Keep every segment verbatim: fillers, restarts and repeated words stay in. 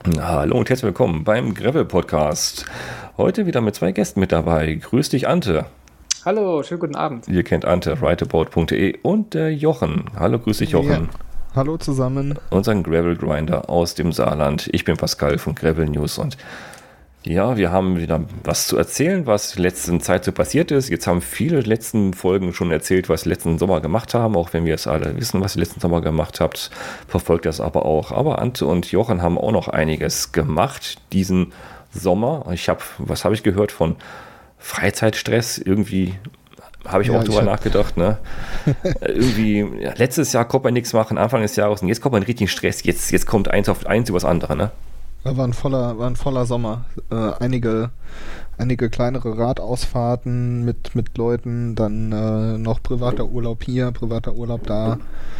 Hallo und herzlich willkommen beim Gravel Podcast. Heute wieder mit zwei Gästen mit dabei. Grüß dich, Ante. Hallo, schönen guten Abend. Ihr kennt Ante, writeabout punkt de und der Jochen. Hallo, grüß dich, Jochen. Ja. Hallo zusammen. Unseren Gravel Grinder aus dem Saarland. Ich bin Pascal von Gravel News und ja, wir haben wieder was zu erzählen, was in der letzten Zeit so passiert ist. Jetzt haben viele letzten Folgen schon erzählt, was sie letzten Sommer gemacht haben, auch wenn wir es alle wissen, was ihr letzten Sommer gemacht habt, verfolgt das aber auch. Aber Ante und Jochen haben auch noch einiges gemacht diesen Sommer. Ich habe, was habe ich gehört von Freizeitstress? Irgendwie habe ich Ja, auch ich drüber hab- nachgedacht, ne? Irgendwie, ja, letztes Jahr konnte man nichts machen, Anfang des Jahres, und jetzt kommt man in richtigen Stress. Jetzt, jetzt kommt eins auf eins über das andere, ne? War ein voller, war ein voller Sommer. Äh, einige, einige kleinere Radausfahrten mit, mit Leuten, dann äh, noch privater Urlaub hier, privater Urlaub da.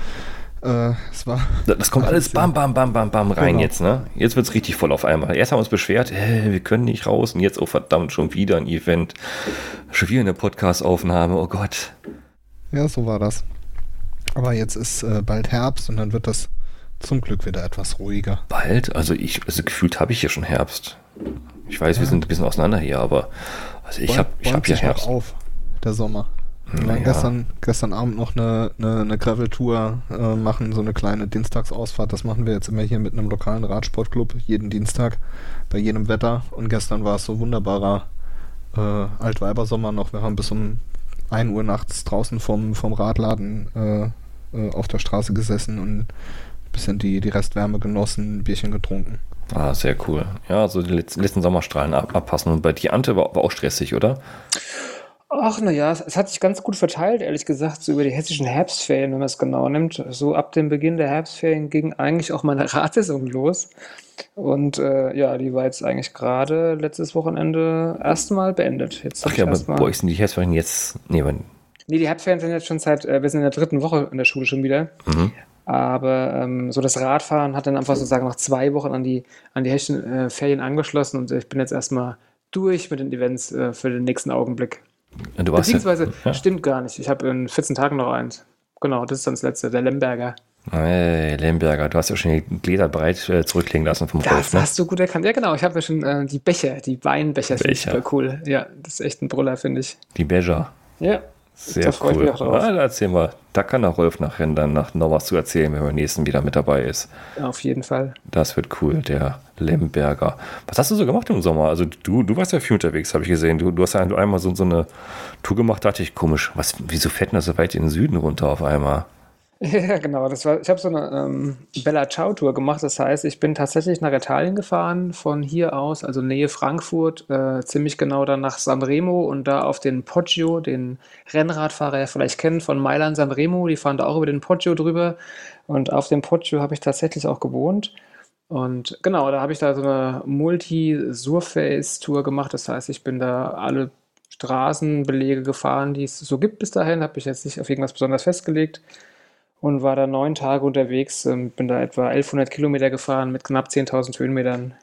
Äh, es war. Das kommt alles bam, bam, bam, bam, bam rein Genau. jetzt, ne? Jetzt wird's richtig voll auf einmal. Erst haben wir uns beschwert, äh, wir können nicht raus, und jetzt, oh verdammt, schon wieder ein Event. Schon wieder eine Podcast-Aufnahme, oh Gott. Ja, so war das. Aber jetzt ist äh, bald Herbst und dann wird das zum Glück wieder etwas ruhiger. Bald? Also ich, also gefühlt habe ich hier schon Herbst. Ich weiß, wir sind ein bisschen auseinander hier, aber also ich habe ich Bäumt hab hier sich auch Herbst. auf, der Sommer. Wir Naja. waren gestern, gestern Abend noch eine, eine, eine Gravel-Tour äh, machen, so eine kleine Dienstagsausfahrt. Das machen wir jetzt immer hier mit einem lokalen Radsportclub, jeden Dienstag, bei jedem Wetter. Und gestern war es so wunderbarer äh, Altweibersommer noch. Wir haben bis um ein Uhr nachts draußen vom, vom Radladen äh, äh, auf der Straße gesessen und ein bisschen die, die Restwärme genossen, ein Bierchen getrunken. Ah, sehr cool. Ja, so die letzten, letzten Sommerstrahlen ab, abpassen. Und bei dir, Ante, war, war auch stressig, oder? Ach, naja, es, es hat sich ganz gut verteilt, ehrlich gesagt, so über die hessischen Herbstferien, wenn man es genau nimmt. So ab dem Beginn der Herbstferien ging eigentlich auch meine Radsaison los. Und äh, ja, die war jetzt eigentlich gerade letztes Wochenende erstmal beendet. Jetzt hab Ach ich ja, aber erstmal. bei euch sind die Herbstferien jetzt. Nee, aber, Nee, die Herbstferien sind jetzt schon seit, äh, wir sind in der dritten Woche in der Schule schon wieder. mhm. Aber ähm, so das Radfahren hat dann einfach sozusagen nach zwei Wochen an die, an die hessischen äh, Ferien angeschlossen und ich bin jetzt erstmal durch mit den Events äh, für den nächsten Augenblick. Du warst ja, Beziehungsweise, ja. stimmt gar nicht. Ich habe in vierzehn Tagen noch eins. Genau, das ist dann das letzte, der Lemberger. Hey, Lemberger, du hast ja schon die Gläser breit äh, zurücklegen lassen vom Rolf, Das ne? hast du gut erkannt. Ja, genau. Ich habe ja schon äh, die Becher, die Weinbecher, finde ich Becher. super cool. Ja, das ist echt ein Brüller, finde ich. Die Beja. Ja, Sehr da freu ich cool. mich auch drauf. Ah, da erzählen wir. Da kann der Rolf nachher dann nach noch was zu erzählen, wenn er beim nächsten wieder mit dabei ist. Auf jeden Fall. Das wird cool, der Lemberger. Was hast du so gemacht im Sommer? Also du, du warst ja viel unterwegs, habe ich gesehen. Du, du hast ja einmal so, so eine Tour gemacht, dachte ich, komisch. Was, wieso fährt denn das so weit in den Süden runter auf einmal? Ja, genau. Das war, ich habe so eine ähm, Bella Ciao Tour gemacht. Das heißt, ich bin tatsächlich nach Italien gefahren, von hier aus, also Nähe Frankfurt, äh, ziemlich genau dann nach Sanremo und da auf den Poggio, den Rennradfahrer ja vielleicht kennen, von Mailand Sanremo. Die fahren da auch über den Poggio drüber. Und auf dem Poggio habe ich tatsächlich auch gewohnt. Und genau, da habe ich da so eine Multi-Surface-Tour gemacht. Das heißt, ich bin da alle Straßenbelege gefahren, die es so gibt bis dahin. Habe mich jetzt nicht auf irgendwas besonders festgelegt und war da neun Tage unterwegs. ähm, Bin da etwa elfhundert Kilometer gefahren mit knapp zehntausend Höhenmetern.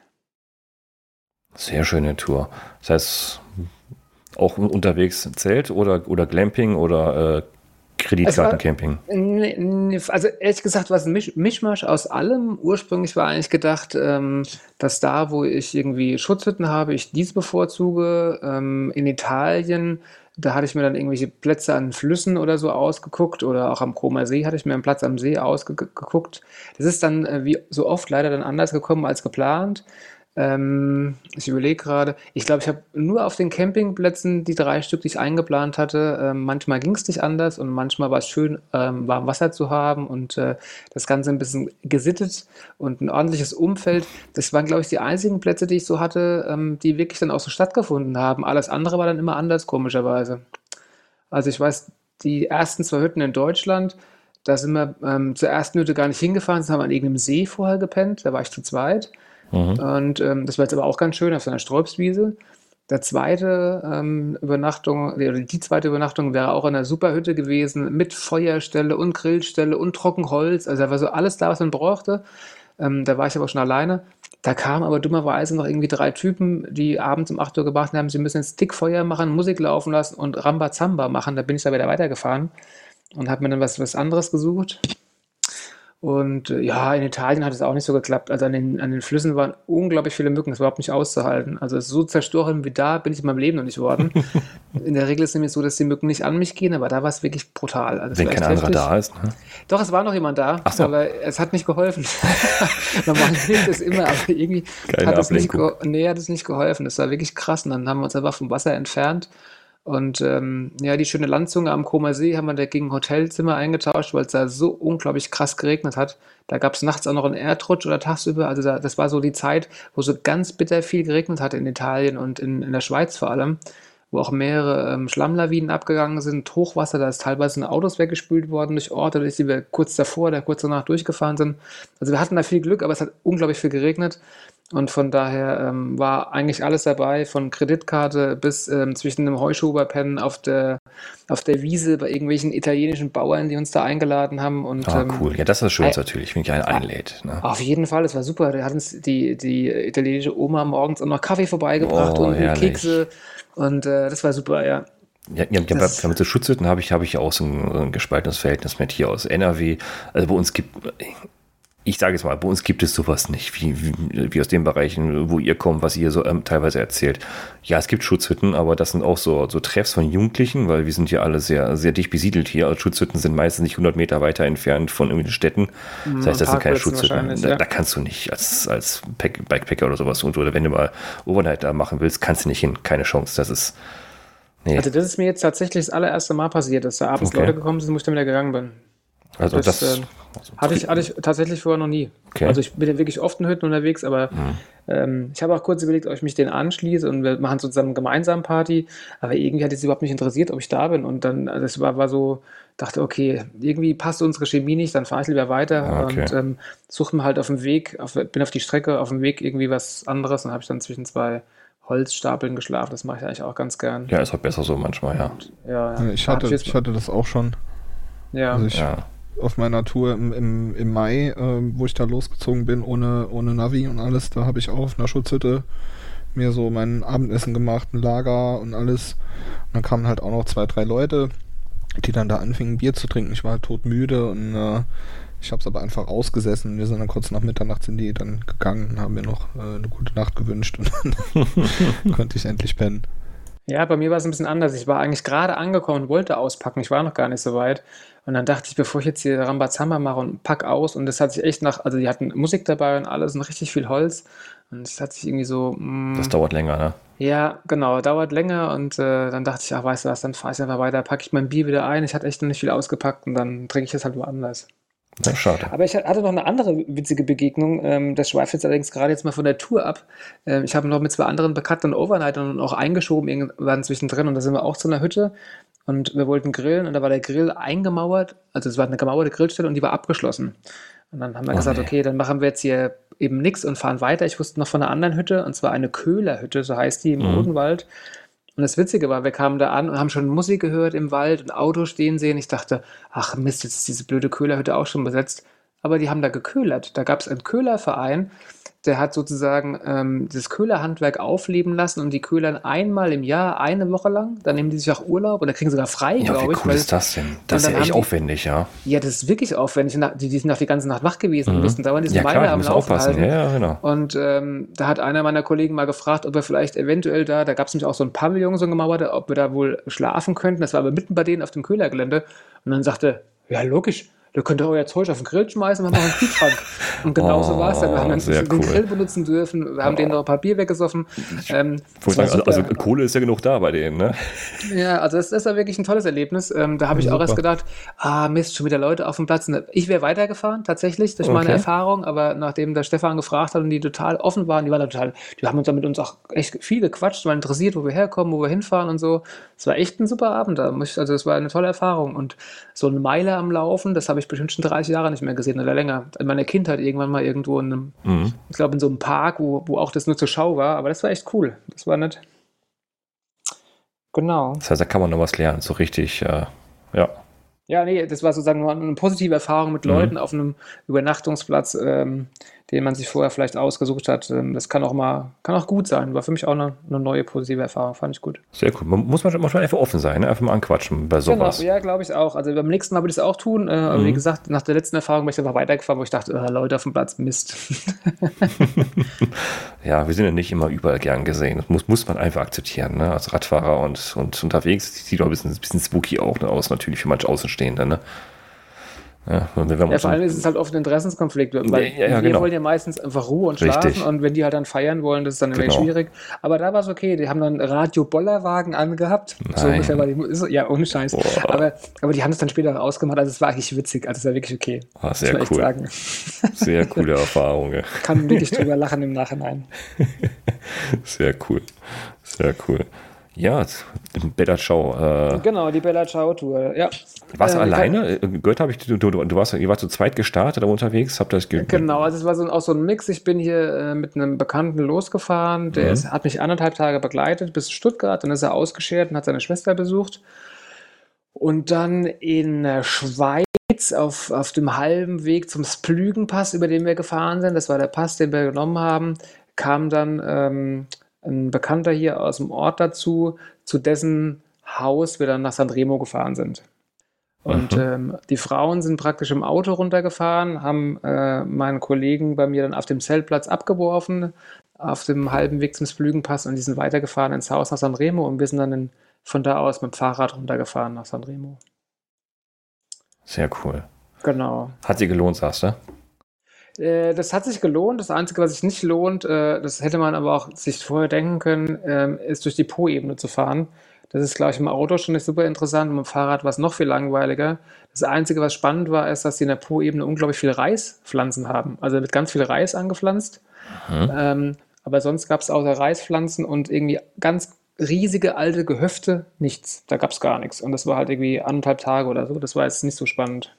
Sehr schöne Tour. Das heißt, auch unterwegs Zelt oder, oder Glamping oder äh, Kreditkartencamping? Nee, nee, Also ehrlich gesagt war es ein Misch Mischmasch aus allem. Ursprünglich war eigentlich gedacht, ähm, dass da, wo ich irgendwie Schutzhütten habe, ich diese bevorzuge. Ähm, in Italien, da hatte ich mir dann irgendwelche Plätze an Flüssen oder so ausgeguckt oder auch am Comer See hatte ich mir einen Platz am See ausgeguckt. Das ist dann äh, wie so oft leider dann anders gekommen als geplant. Ähm, ich überlege gerade, ich glaube, ich habe nur auf den Campingplätzen die drei Stück, die ich eingeplant hatte. Ähm, manchmal ging es nicht anders und manchmal war es schön, ähm, warm Wasser zu haben und äh, das Ganze ein bisschen gesittet und ein ordentliches Umfeld. Das waren, glaube ich, die einzigen Plätze, die ich so hatte, ähm, die wirklich dann auch so stattgefunden haben. Alles andere war dann immer anders, komischerweise. Also ich weiß, die ersten zwei Hütten in Deutschland, da sind wir ähm, zur ersten Hütte gar nicht hingefahren, sondern haben an irgendeinem See vorher gepennt, da war ich zu zweit. Mhm. Und ähm, das war jetzt aber auch ganz schön auf so einer Sträubswiese. Der zweite ähm, Übernachtung, oder die zweite Übernachtung wäre auch in einer Superhütte gewesen, mit Feuerstelle und Grillstelle und Trockenholz. Also da war so alles da, was man brauchte. Ähm, da war ich aber schon alleine. Da kamen aber dummerweise noch irgendwie drei Typen, die abends um acht Uhr gebracht haben, sie müssen jetzt Stickfeuer machen, Musik laufen lassen und Rambazamba machen. Da bin ich da wieder weitergefahren und habe mir dann was, was anderes gesucht. Und äh, ja, in Italien hat es auch nicht so geklappt. Also an den, an den Flüssen waren unglaublich viele Mücken, das war überhaupt nicht auszuhalten. Also so zerstochen wie da bin ich in meinem Leben noch nicht geworden. In der Regel ist es nämlich so, dass die Mücken nicht an mich gehen, aber da war es wirklich brutal. Also Wenn kein anderer da ist. Ne? Doch, es war noch jemand da, Ach so. aber es hat nicht geholfen. Normal hilft es immer, aber irgendwie Keine hat es nicht, Ablenkung. ge nee, hat es nicht geholfen. Das war wirklich krass. Und dann haben wir uns einfach vom Wasser entfernt. Und ähm, ja, die schöne Landzunge am Comer See haben wir da gegen ein Hotelzimmer eingetauscht, weil es da so unglaublich krass geregnet hat. Da gab es nachts auch noch einen Erdrutsch oder tagsüber. Also da, das war so die Zeit, wo so ganz bitter viel geregnet hat in Italien und in, in der Schweiz vor allem, wo auch mehrere ähm, Schlammlawinen abgegangen sind, Hochwasser, da ist teilweise Autos weggespült worden durch Orte, durch die wir kurz davor oder kurz danach durchgefahren sind. Also wir hatten da viel Glück, aber es hat unglaublich viel geregnet. Und von daher ähm, war eigentlich alles dabei, von Kreditkarte bis ähm, zwischen einem Heuschoberpennen auf der, auf der Wiese bei irgendwelchen italienischen Bauern, die uns da eingeladen haben. Und, Ah, ähm, cool. Ja, das ist schön äh, natürlich, wenn ich einen einlädt. Ne? auf jeden Fall, es war super. Da hat uns die, die italienische Oma morgens auch noch Kaffee vorbeigebracht Oh, und herrlich. Kekse. Und äh, das war super, ja. Ja, ja, ja, Das- bei- mit so Schutzhütten habe ich, habe ich ja auch so ein, so ein gespaltenes Verhältnis mit hier aus N R W. Also bei uns gibt, ich sage jetzt mal, bei uns gibt es sowas nicht, wie, wie, wie aus den Bereichen, wo ihr kommt, was ihr so ähm, teilweise erzählt. Ja, es gibt Schutzhütten, aber das sind auch so, so Treffs von Jugendlichen, weil wir sind hier alle sehr, sehr dicht besiedelt hier. Also Schutzhütten sind meistens nicht hundert Meter weiter entfernt von irgendwelchen Städten. Das heißt, das sind keine Parkplätzen Schutzhütten. wahrscheinlich, Da, ja. da kannst du nicht als, als Pack, Bikepacker oder sowas und oder wenn du mal Overnight da machen willst, kannst du nicht hin. Keine Chance. Das ist, nee. Also das ist mir jetzt tatsächlich das allererste Mal passiert, dass da abends Okay. Leute gekommen sind, wo ich dann wieder gegangen bin. Also das, das, ähm, also Hatte ich, hatte ich tatsächlich vorher noch nie. Okay. Also ich bin ja wirklich oft in Hütten unterwegs, aber Mhm. ähm, ich habe auch kurz überlegt, ob ich mich denen anschließe und wir machen zusammen gemeinsam Party, aber irgendwie hat es überhaupt nicht interessiert, ob ich da bin und dann, also das war, war so, dachte, okay, irgendwie passt unsere Chemie nicht, dann fahre ich lieber weiter Ah, okay. und ähm, suche mir halt auf dem Weg, auf, bin auf die Strecke, auf dem Weg irgendwie was anderes und habe ich dann zwischen zwei Holzstapeln geschlafen, das mache ich eigentlich auch ganz gern. Ja, ist halt besser so manchmal, ja. Ja, ja. Ich Da hab hatte, jetzt- ich hatte das auch schon. ja. Also ich Ja. auf meiner Tour im, im, im Mai, äh, wo ich da losgezogen bin, ohne, ohne Navi und alles, da habe ich auch auf einer Schutzhütte mir so mein Abendessen gemacht, ein Lager und alles. Und dann kamen halt auch noch zwei, drei Leute, die dann da anfingen, Bier zu trinken. Ich war halt todmüde und äh, ich habe es aber einfach ausgesessen. Wir sind dann kurz nach Mitternacht sind die dann gegangen und haben mir noch äh, eine gute Nacht gewünscht und dann konnte ich endlich pennen. Ja, bei mir war es ein bisschen anders. Ich war eigentlich gerade angekommen und wollte auspacken. Ich war noch gar nicht so weit. Und dann dachte ich, bevor ich jetzt hier Rambazamba mache und pack aus, und das hat sich echt nach, also die hatten Musik dabei und alles und richtig viel Holz. Und es hat sich irgendwie so, mh, Das dauert länger, ne? ja, genau, dauert länger. Und äh, dann dachte ich, ach, weißt du was, dann fahre ich einfach weiter, packe ich mein Bier wieder ein. Ich hatte echt noch nicht viel ausgepackt und dann trinke ich das halt woanders. Ja, schade. Aber ich hatte noch eine andere witzige Begegnung. Ähm, Das schweift jetzt allerdings gerade jetzt mal von der Tour ab. Ähm, Ich habe noch mit zwei anderen Bekannten Overnight und auch eingeschoben irgendwann zwischendrin. Und da sind wir auch zu einer Hütte und wir wollten grillen und da war der Grill eingemauert. Also es war eine gemauerte Grillstelle und die war abgeschlossen. Und dann haben wir Oh, gesagt, nee. okay, dann machen wir jetzt hier eben nichts und fahren weiter. Ich wusste noch von einer anderen Hütte und zwar eine Köhlerhütte, so heißt die, im Mhm. Odenwald. Und das Witzige war, wir kamen da an und haben schon Musik gehört im Wald und Autos stehen sehen. Ich dachte, ach Mist, jetzt ist diese blöde Köhlerhütte auch schon besetzt. Aber die haben da geköhlert. Da gab es einen Köhlerverein, der hat sozusagen ähm, das Köhlerhandwerk aufleben lassen und die köhlern einmal im Jahr, eine Woche lang. Dann nehmen die sich auch Urlaub oder kriegen sogar frei, Ja, wie glaube ich. cool weil- ist das denn? Das ist dann ja echt haben die- aufwendig, ja. Ja, das ist wirklich aufwendig. Und Die, die sind auch die ganze Nacht wach gewesen und Mhm. mussten dauernd diesen Ja, Meiler klar, du am musst Laufen aufpassen. halten. Ja, ja, genau. Und ähm, da hat einer meiner Kollegen mal gefragt, ob wir vielleicht eventuell da, da gab es nämlich auch so ein Pavillon, so ein gemauerter, ob wir da wohl schlafen könnten. Das war aber mitten bei denen auf dem Köhlergelände. Und dann sagte, ja logisch, ihr könnt doch euer Zeug auf den Grill schmeißen, wir haben noch einen Kühlschrank. Und genau so war es dann. Wir haben dann sehr den cool. Grill benutzen dürfen, wir haben denen noch ein paar Bier weggesoffen. Ähm, Wollte das war sagen, also, super. also Kohle ist ja genug da bei denen, ne? Ja, also das, das war wirklich ein tolles Erlebnis. Ähm, da habe ich auch Super. erst gedacht, ah Mist, schon wieder Leute auf dem Platz. Ich wäre weitergefahren, tatsächlich, durch meine Okay. Erfahrung, aber nachdem der Stefan gefragt hat und die total offen waren, die waren total, die haben uns dann mit uns auch echt viel gequatscht, waren interessiert, wo wir herkommen, wo wir hinfahren und so. Es war echt ein super Abend da. muss ich- Also es war eine tolle Erfahrung. Und so eine Meile am Laufen, das habe ich bestimmt schon dreißig Jahre nicht mehr gesehen oder länger. In meiner Kindheit irgendwann mal irgendwo in einem, Mhm. ich glaube in so einem Park, wo, wo auch das nur zur Schau war, aber das war echt cool. Das war nett. Genau. Das heißt, da kann man noch was lernen, so richtig, äh, ja. Ja, nee, das war sozusagen nur eine positive Erfahrung mit Mhm. Leuten auf einem Übernachtungsplatz, ähm, den man sich vorher vielleicht ausgesucht hat. Ähm, das kann auch mal, kann auch gut sein. War für mich auch eine, eine neue positive Erfahrung, fand ich gut. Sehr cool. Man muss man muss man einfach offen sein, ne? Einfach mal anquatschen bei sowas. Genau, ja, glaube ich auch. Also beim nächsten Mal würde ich es auch tun. Äh, aber Mhm. wie gesagt, nach der letzten Erfahrung bin ich einfach weitergefahren, wo ich dachte, äh, Leute auf dem Platz, Mist. Ja, wir sind ja nicht immer überall gern gesehen. Das muss, muss man einfach akzeptieren, ne? Als Radfahrer und, und unterwegs sieht auch ein bisschen, ein bisschen spooky auch ne? aus, natürlich für manche Außenstehende, ne? Ja, wenn wir Ja, vor allem ist es halt oft ein Interessenskonflikt, weil Ja, ja, wir genau. wollen ja meistens einfach Ruhe und schlafen Richtig. und wenn die halt dann feiern wollen, das ist dann immer Genau. schwierig. Aber da war es okay, die haben dann Radio-Bollerwagen angehabt. So Nein. ungefähr war die Musik. Ja, ohne Scheiß. Boah. Aber, aber die haben es dann später auch ausgemacht, also es war eigentlich witzig, also es war wirklich okay. Ah, sehr Muss man cool. echt sagen. Sehr coole Erfahrung, ja. Kann wirklich drüber lachen im Nachhinein. Sehr cool. Sehr cool. Ja, Better Show. Äh, Genau, die Bella Ciao Tour, ja. warst du Äh, alleine? Gehört habe ich, du, du, du, warst, ihr wart zu zweit gestartet, aber unterwegs? Habt ihr das ge- Genau, also es war so, auch so ein Mix. Ich bin hier äh, mit einem Bekannten losgefahren, der Mhm. ist, hat mich anderthalb Tage begleitet bis Stuttgart, dann ist er ausgeschert und hat seine Schwester besucht. Und dann in der Schweiz auf, auf dem halben Weg zum Splügenpass, über den wir gefahren sind, das war der Pass, den wir genommen haben, kam dann ähm, ein Bekannter hier aus dem Ort dazu, zu dessen Haus wir dann nach Sanremo gefahren sind. Und Mhm. ähm, die Frauen sind praktisch im Auto runtergefahren, haben äh, meinen Kollegen bei mir dann auf dem Zeltplatz abgeworfen, auf dem halben Weg zum Splügenpass und die sind weitergefahren ins Haus nach Sanremo und wir sind dann in, von da aus mit dem Fahrrad runtergefahren nach Sanremo. Sehr cool. Genau. Hat sie gelohnt, sagst du? Äh, das hat sich gelohnt. Das Einzige, was sich nicht lohnt, äh, das hätte man aber auch sich vorher denken können, ähm, ist durch die Po-Ebene zu fahren. Das ist, glaube ich, im Auto schon nicht super interessant. Und mit dem Fahrrad war es noch viel langweiliger. Das Einzige, was spannend war, ist, dass sie in der Po-Ebene unglaublich viele Reispflanzen haben. Also mit ganz viel Reis angepflanzt. Mhm. Ähm, aber sonst gab es außer Reispflanzen und irgendwie ganz riesige alte Gehöfte nichts. Da gab es gar nichts. Und das war halt irgendwie anderthalb Tage oder so. Das war jetzt nicht so spannend.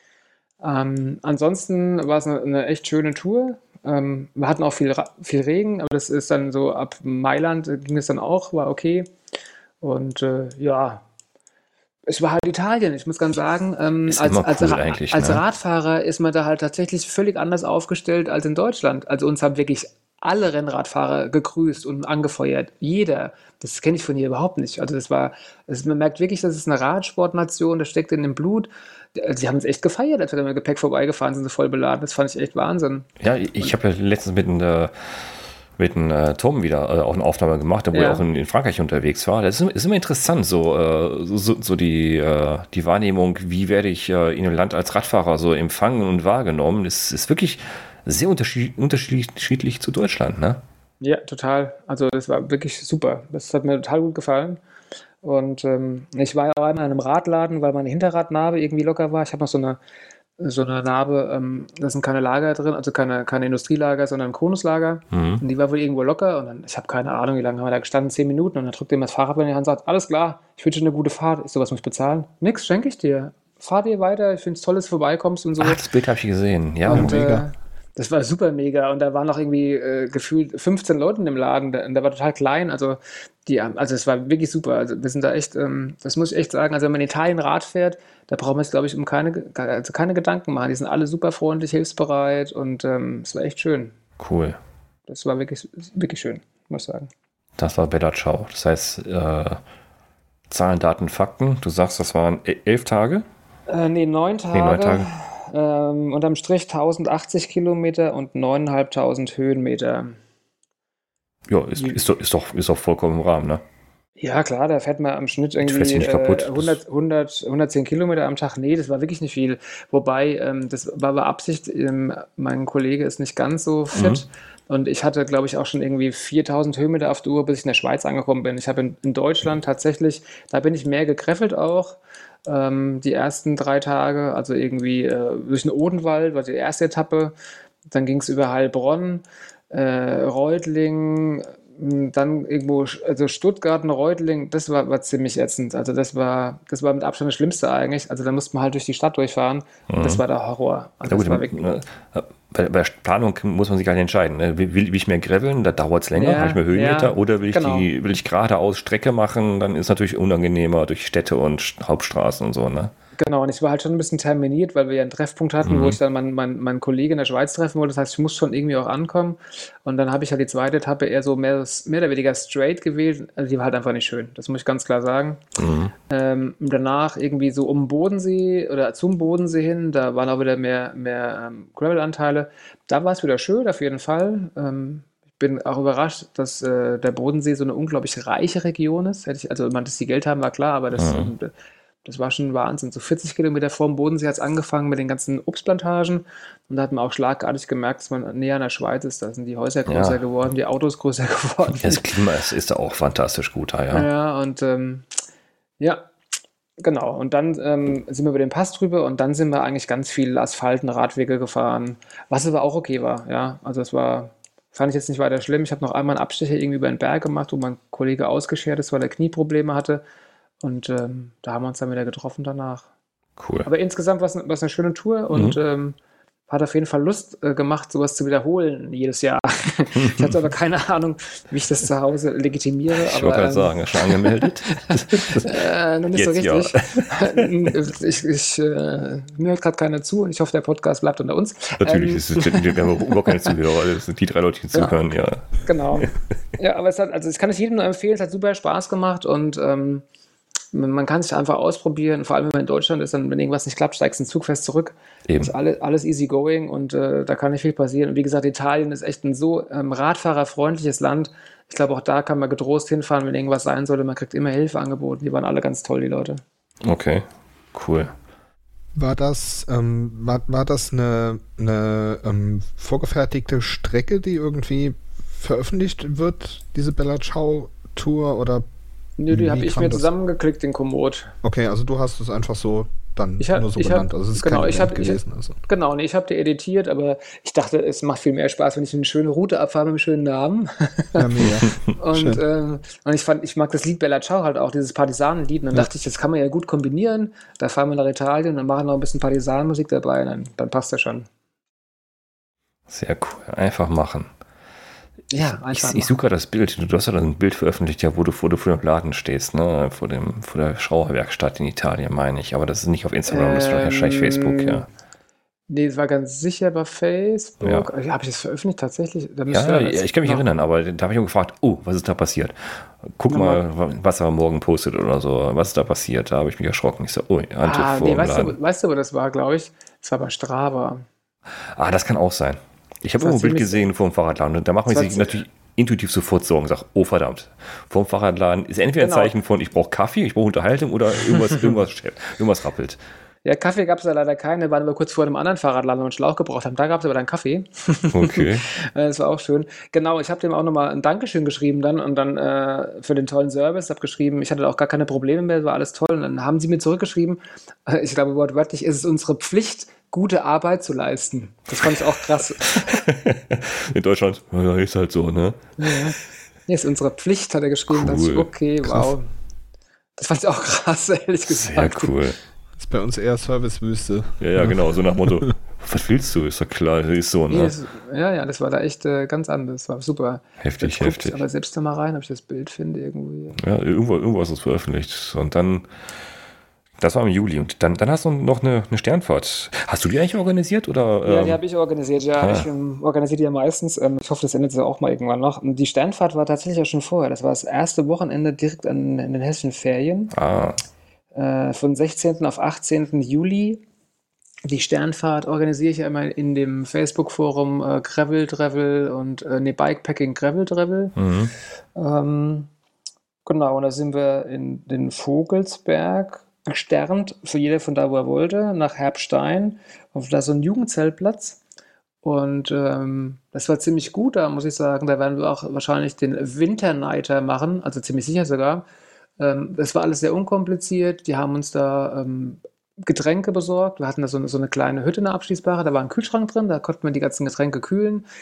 Ähm, ansonsten war es eine, eine echt schöne Tour. Ähm, wir hatten auch viel, Ra- viel Regen, aber das ist dann so ab Mailand äh, ging es dann auch, war okay. Und äh, ja, es war halt Italien. Ich muss ganz sagen, ähm, Ist als, immer als, cool Ra- eigentlich, als ne? Radfahrer ist man da halt tatsächlich völlig anders aufgestellt als in Deutschland. Also uns haben wirklich alle Rennradfahrer gegrüßt und angefeuert. Jeder. Das kenne ich von hier überhaupt nicht. Also das war, also man merkt wirklich, das ist eine Radsportnation, das steckt in dem Blut. Die haben uns echt gefeiert, als wir da mit Gepäck vorbeigefahren sind, so voll beladen. Das fand ich echt Wahnsinn. Ja, ich habe ja letztens mit einem äh, mit einem äh, Tom wieder äh, auch eine Aufnahme gemacht, wo Ja. er auch in, in Frankreich unterwegs war. Das ist, ist immer interessant, so, äh, so, so die, äh, die Wahrnehmung, wie werde ich äh, in einem Land als Radfahrer so empfangen und wahrgenommen. Das ist wirklich sehr unterschied, unterschiedlich zu Deutschland, ne? Ja, total. Also das war wirklich super. Das hat mir total gut gefallen. Und ähm, ich war ja auch einmal in einem Radladen, weil meine Hinterradnarbe irgendwie locker war. Ich habe noch so eine, so eine Narbe, ähm, da sind keine Lager drin, also keine, keine Industrielager, sondern ein Konuslager. Mhm. Und die war wohl irgendwo locker. Und dann, ich habe keine Ahnung, wie lange haben wir da gestanden, zehn Minuten. Und dann drückt ihm das Fahrrad in die Hand und sagt, alles klar, ich wünsche dir eine gute Fahrt. Ich so, was muss ich bezahlen? Nix, schenke ich dir. Fahr dir weiter, ich finde es toll, dass du vorbeikommst und so. Ach, das Bild habe ich gesehen. Ja, Und mega. äh, das war super mega. Und da waren noch irgendwie äh, gefühlt fünfzehn Leute in dem Laden. Der, der war total klein. Also, die, haben- also es war wirklich super. Also wir sind da echt, ähm, das muss ich echt sagen. Also wenn man in Italien Rad fährt, da braucht man sich, glaube ich, um keine, Ge- also keine Gedanken machen. Die sind alle super freundlich, hilfsbereit und ähm, es war echt schön. cool. Das war wirklich, wirklich schön, muss ich sagen. Das war Better Ciao. Das heißt, äh, Zahlen, Daten, Fakten. Du sagst, das waren e- elf Tage? Äh, nee, neun Tage. Nee, neun Tage. Ähm, unterm Strich tausendachtzig Kilometer und neuntausendfünfhundert Höhenmeter. Ja, ist, ist, doch, ist, doch, ist doch vollkommen im Rahmen, ne? Ja, klar, da fährt man am Schnitt fährst irgendwie dich nicht kaputt. äh, hundert, hundert, hundertzehn Kilometer am Tag. Nee, das war wirklich nicht viel. Wobei, ähm, das war bei Absicht, ähm, mein Kollege ist nicht ganz so fit. Und ich hatte, glaube ich, auch schon irgendwie viertausend Höhenmeter auf der Uhr, bis ich in der Schweiz angekommen bin. Ich habe in, in Deutschland tatsächlich, da bin ich mehr gekreffelt auch. Ähm, die ersten drei Tage, also irgendwie äh, durch den Odenwald, war die erste Etappe. Dann ging es über Heilbronn, äh, Reutlingen, m, dann irgendwo, Sch- also Stuttgart und Reutlingen, das war, war ziemlich ätzend. Also das war, das war mit Abstand das Schlimmste eigentlich. Also da musste man halt durch die Stadt durchfahren und das war der Horror. Also Ja, das gut, war wirklich, ne, bei, bei der Planung muss man sich halt entscheiden. Ne? Will, will ich mehr graveln, da dauert es länger, Ja, habe ich mehr Höhenmeter, ja, oder will ich genau. die, will ich geradeaus Strecke machen, dann ist es natürlich unangenehmer durch Städte und Sch- Hauptstraßen und so, ne? Genau, und ich war halt schon ein bisschen terminiert, weil wir ja einen Treffpunkt hatten, wo Mhm. ich dann meinen mein, mein Kollegen in der Schweiz treffen wollte. Das heißt, ich muss schon irgendwie auch ankommen. Und dann habe ich halt die zweite Etappe eher so mehr, mehr oder weniger straight gewählt. Also die war halt einfach nicht schön. Das muss ich ganz klar sagen. Mhm. Ähm, danach irgendwie so um den Bodensee oder zum Bodensee hin, da waren auch wieder mehr, mehr ähm, Gravel-Anteile. Da war es wieder schön, auf jeden Fall. Ähm, ich bin auch überrascht, dass äh, der Bodensee so eine unglaublich reiche Region ist. Hätte ich, also, man, dass die Geld haben, war klar, aber das, Mhm. ähm, das war schon Wahnsinn. So vierzig Kilometer vor dem Bodensee hat es angefangen mit den ganzen Obstplantagen. Und da hat man auch schlagartig gemerkt, dass man näher an der Schweiz ist. Da sind die Häuser größer Ja. geworden, die Autos größer geworden. Das Klima ist, ist da auch fantastisch gut, ah, ja. Ja, und ähm, ja, genau. Und dann ähm, sind wir über den Pass drüber und dann sind wir eigentlich ganz viel Asphalten, Radwege gefahren, was aber auch okay war. Ja, also es war, fand ich jetzt nicht weiter schlimm. Ich habe noch einmal einen Abstecher irgendwie über den Berg gemacht, wo mein Kollege ausgeschert ist, weil er Knieprobleme hatte. Und ähm, da haben wir uns dann wieder getroffen danach. Cool. Aber insgesamt war es eine schöne Tour und Mhm. ähm, hat auf jeden Fall Lust äh, gemacht, sowas zu wiederholen jedes Jahr. Ich hatte aber keine Ahnung, wie ich das zu Hause legitimiere. Ich aber, wollte gerade ähm, sagen, schon angemeldet? Äh, noch nicht so Jetzt ja. richtig. ich, ich, äh, mir hört gerade keiner zu und ich hoffe, der Podcast bleibt unter uns. Natürlich, Ähm, es ist, wir haben überhaupt keine Zuhörer, das sind die drei Leute, die zuhören, ja. Genau. Ja, aber es hat, also ich kann es jedem nur empfehlen, es hat super Spaß gemacht und ähm, man kann sich einfach ausprobieren. Vor allem, wenn man in Deutschland ist, dann, wenn irgendwas nicht klappt, steigst du in den Zug fest zurück. Eben. Ist alles, alles easy going und äh, da kann nicht viel passieren. Und wie gesagt, Italien ist echt ein so ähm, radfahrerfreundliches Land. Ich glaube, auch da kann man getrost hinfahren, wenn irgendwas sein sollte. Man kriegt immer Hilfe angeboten. Die waren alle ganz toll, die Leute. Okay, cool. War das, ähm, war, war das eine, eine ähm, vorgefertigte Strecke, die irgendwie veröffentlicht wird, diese Bella Ciao Tour, oder? Nö, die Wie habe ich kam mir das? zusammengeklickt, den Komoot. Okay, also du hast es einfach so dann Ich hab- nur so ich genannt. hab- Also es ist genau, kein ich Event hab- ich- gewesen. Also. Genau, nee, ich habe die editiert, aber ich dachte, es macht viel mehr Spaß, wenn ich eine schöne Route abfahre mit einem schönen Namen. Ja, mega. Und, Schön. ähm, und ich fand, ich mag das Lied Bella Ciao halt auch, dieses Partisanenlied. Und dann Ja. dachte ich, das kann man ja gut kombinieren. Da fahren wir nach Italien und dann machen wir noch ein bisschen Partisanenmusik dabei, und dann, dann passt das schon. Sehr cool. Einfach machen. Ja, Ich, einfach. ich suche gerade das Bild. Du hast ja dann ein Bild veröffentlicht, ja, wo du, wo du vor dem Laden stehst, ne? Vor, dem, vor der Schrauerwerkstatt in Italien, meine ich. Aber das ist nicht auf Instagram, das ist Ähm, wahrscheinlich Facebook, ja. Nee, es war ganz sicher bei Facebook. Ja. Ja. Habe ich das veröffentlicht tatsächlich? Da Ja, müsste ja, das ich kann mich noch- erinnern, aber da habe ich mich gefragt, oh, was ist da passiert? Guck Nochmal. mal, was er morgen postet oder so. Was ist da passiert? Da habe ich mich erschrocken. Ich so, oh, Handtuch Ah, vor nee, dem weißt Laden. du, weißt du, wo das war, glaube ich? Das war bei Strava. Ah, das kann auch sein. Ich habe Das war irgendwo ein Bild ziemlich- gesehen vor dem Fahrradladen und da macht man Das sich war natürlich intuitiv sofort Sorgen. Sagt, oh verdammt, vor dem Fahrradladen ist entweder ein Genau. Zeichen von, ich brauche Kaffee, ich brauche Unterhaltung oder irgendwas, irgendwas, irgendwas rappelt. Ja, Kaffee gab es ja leider keinen. Wir waren aber kurz vor einem anderen Fahrradladen, wo wir einen Schlauch gebraucht haben. Da gab es aber dann Kaffee. Okay. Äh, Das war auch schön. Genau, ich habe dem auch nochmal ein Dankeschön geschrieben dann und dann äh, für den tollen Service. Habe geschrieben, ich hatte auch gar keine Probleme mehr, war alles toll. Und dann haben sie mir zurückgeschrieben, äh, ich glaube wortwörtlich, ist es unsere Pflicht, gute Arbeit zu leisten. Das fand ich auch krass. In Deutschland, ja, ist halt so, ne? Nee, ist unsere Pflicht, hat er geschrieben. Da dachte ich, Cool. okay, wow. Das fand ich auch krass, ehrlich Sehr gesagt. cool. Das ist bei uns eher Servicewüste. Ja, ja, genau, so nach Motto, was willst du? Ist doch klar, ist so, Nee, ne? das, ja, ja, das war da echt äh, ganz anders. Das war super. Heftig, Jetzt guck ich heftig. aber selbst noch mal rein, ob ich das Bild finde irgendwie. Ja, irgendwo, irgendwo ist es veröffentlicht. Und dann, das war im Juli. Und dann, dann hast du noch eine, eine Sternfahrt. Hast du die eigentlich organisiert? Oder, Ja, ähm, die habe ich organisiert, ja. ah. Ich ähm, organisiere die ja meistens. Ähm, ich hoffe, das endet ja auch mal irgendwann noch. Und die Sternfahrt war tatsächlich auch schon vorher. Das war das erste Wochenende direkt an, in den hessischen Ferien. ah, Äh, von sechzehnten auf achtzehnten Juli. Die Sternfahrt organisiere ich ja immer in dem Facebook-Forum äh, Gravel Travel und äh, nee, Bikepacking Gravel Travel. mhm. Ähm, genau, und da sind wir in den Vogelsberg gesternt, für jeder von da, wo er wollte, nach Herbstein. Auf da ist so ein Jugendzeltplatz. Und ähm, das war ziemlich gut, da muss ich sagen. Da werden wir auch wahrscheinlich den Winternighter machen, also ziemlich sicher sogar. Ähm, das war alles sehr unkompliziert. Die haben uns da ähm, Getränke besorgt. Wir hatten da so eine, so eine kleine Hütte, eine abschließbare. Da war ein Kühlschrank drin, da konnten wir die ganzen Getränke kühlen.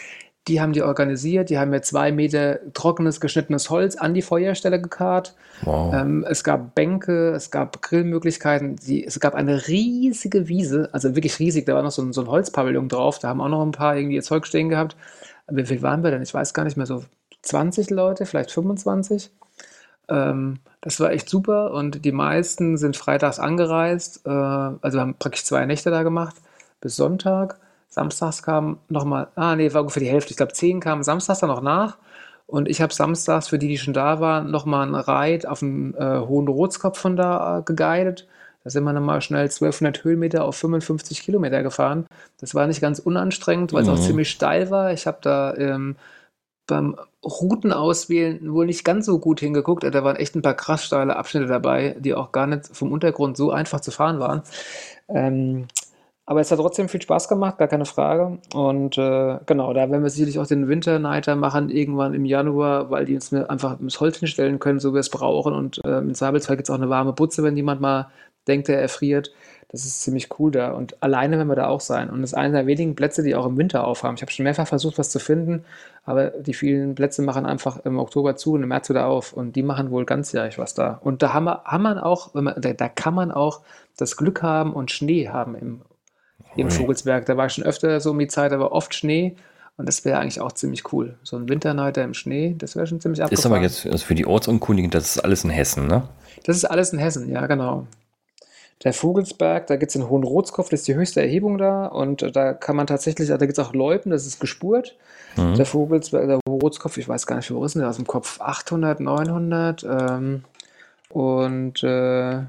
Die haben die organisiert, die haben mir zwei Meter trockenes, geschnittenes Holz an die Feuerstelle gekarrt. Wow. Ähm, es gab Bänke, es gab Grillmöglichkeiten, die, es gab eine riesige Wiese, also wirklich riesig, da war noch so ein, so ein Holzpavillon drauf, da haben auch noch ein paar irgendwie ihr Zeug stehen gehabt. Aber wie viel waren wir denn? Ich weiß gar nicht mehr, so zwanzig Leute, vielleicht fünfundzwanzig. Ähm, das war echt super und die meisten sind freitags angereist, äh, also haben praktisch zwei Nächte da gemacht, bis Sonntag. Samstags kam nochmal, ah nee, war ungefähr die Hälfte. Ich glaube, zehn kamen samstags dann noch nach. Und ich habe samstags, für die, die schon da waren, nochmal einen Ride auf den äh, Hohen Rotskopf von da äh, geguidet. Da sind wir nochmal schnell zwölfhundert Höhenmeter auf fünfundfünfzig Kilometer gefahren. Das war nicht ganz unanstrengend, weil es Mhm. auch ziemlich steil war. Ich habe da ähm, beim Routenauswählen wohl nicht ganz so gut hingeguckt. Da waren echt ein paar krass steile Abschnitte dabei, die auch gar nicht vom Untergrund so einfach zu fahren waren. Ähm, aber es hat trotzdem viel Spaß gemacht, gar keine Frage. Und äh, genau, da werden wir sicherlich auch den Winternighter machen, irgendwann im Januar, weil die uns mir einfach ins Holz hinstellen können, so wie wir es brauchen. Und äh, in Sabelsberg gibt es auch eine warme Butze, wenn jemand mal denkt, er erfriert. Das ist ziemlich cool da. Und alleine werden wir da auch sein. Und das ist einer der wenigen Plätze, die auch im Winter aufhaben. Ich habe schon mehrfach versucht, was zu finden, aber die vielen Plätze machen einfach im Oktober zu und im März wieder auf. Und die machen wohl ganzjährig was da. Und da haben wir, haben man auch, wenn man, da, da kann man auch das Glück haben und Schnee haben im im Ui. Vogelsberg. Da war ich schon öfter so um die Zeit, aber oft Schnee. Und das wäre eigentlich auch ziemlich cool. So ein Winternighter im Schnee, das wäre schon ziemlich abgefahren. Ist aber jetzt also für die Ortsunkundigen, das ist alles in Hessen, ne? Das ist alles in Hessen, ja, genau. Der Vogelsberg, da gibt es den Hohen Rotskopf, das ist die höchste Erhebung da. Und äh, da kann man tatsächlich, da gibt es auch Loipen, das ist gespurt. Mhm. Der Vogelsberg, der Hohe Rotskopf, ich weiß gar nicht, wo ist denn der aus dem Kopf? achthundert, neunhundert. Ähm, und äh,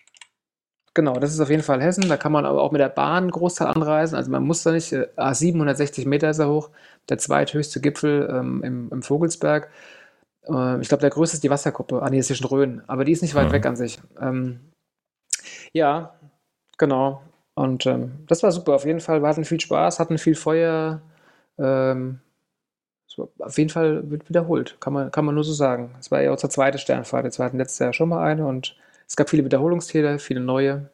genau, das ist auf jeden Fall Hessen. Da kann man aber auch mit der Bahn einen Großteil anreisen. Also man muss da nicht, äh, siebenhundertsechzig Meter ist er hoch, der zweithöchste Gipfel ähm, im, im Vogelsberg. Ähm, ich glaube, der größte ist die Wasserkuppe. Ah, nee, ist zwischen Rhön. Aber die ist nicht weit Mhm. weg an sich. Ähm, ja, genau. Und ähm, das war super. Auf jeden Fall, wir hatten viel Spaß, hatten viel Feuer. Ähm, es war auf jeden Fall wird wiederholt, kann man, kann man nur so sagen. Es war ja unsere zweite Sternfahrt. Jetzt wir hatten letztes Jahr schon mal eine und es gab viele Wiederholungstäler, viele neue.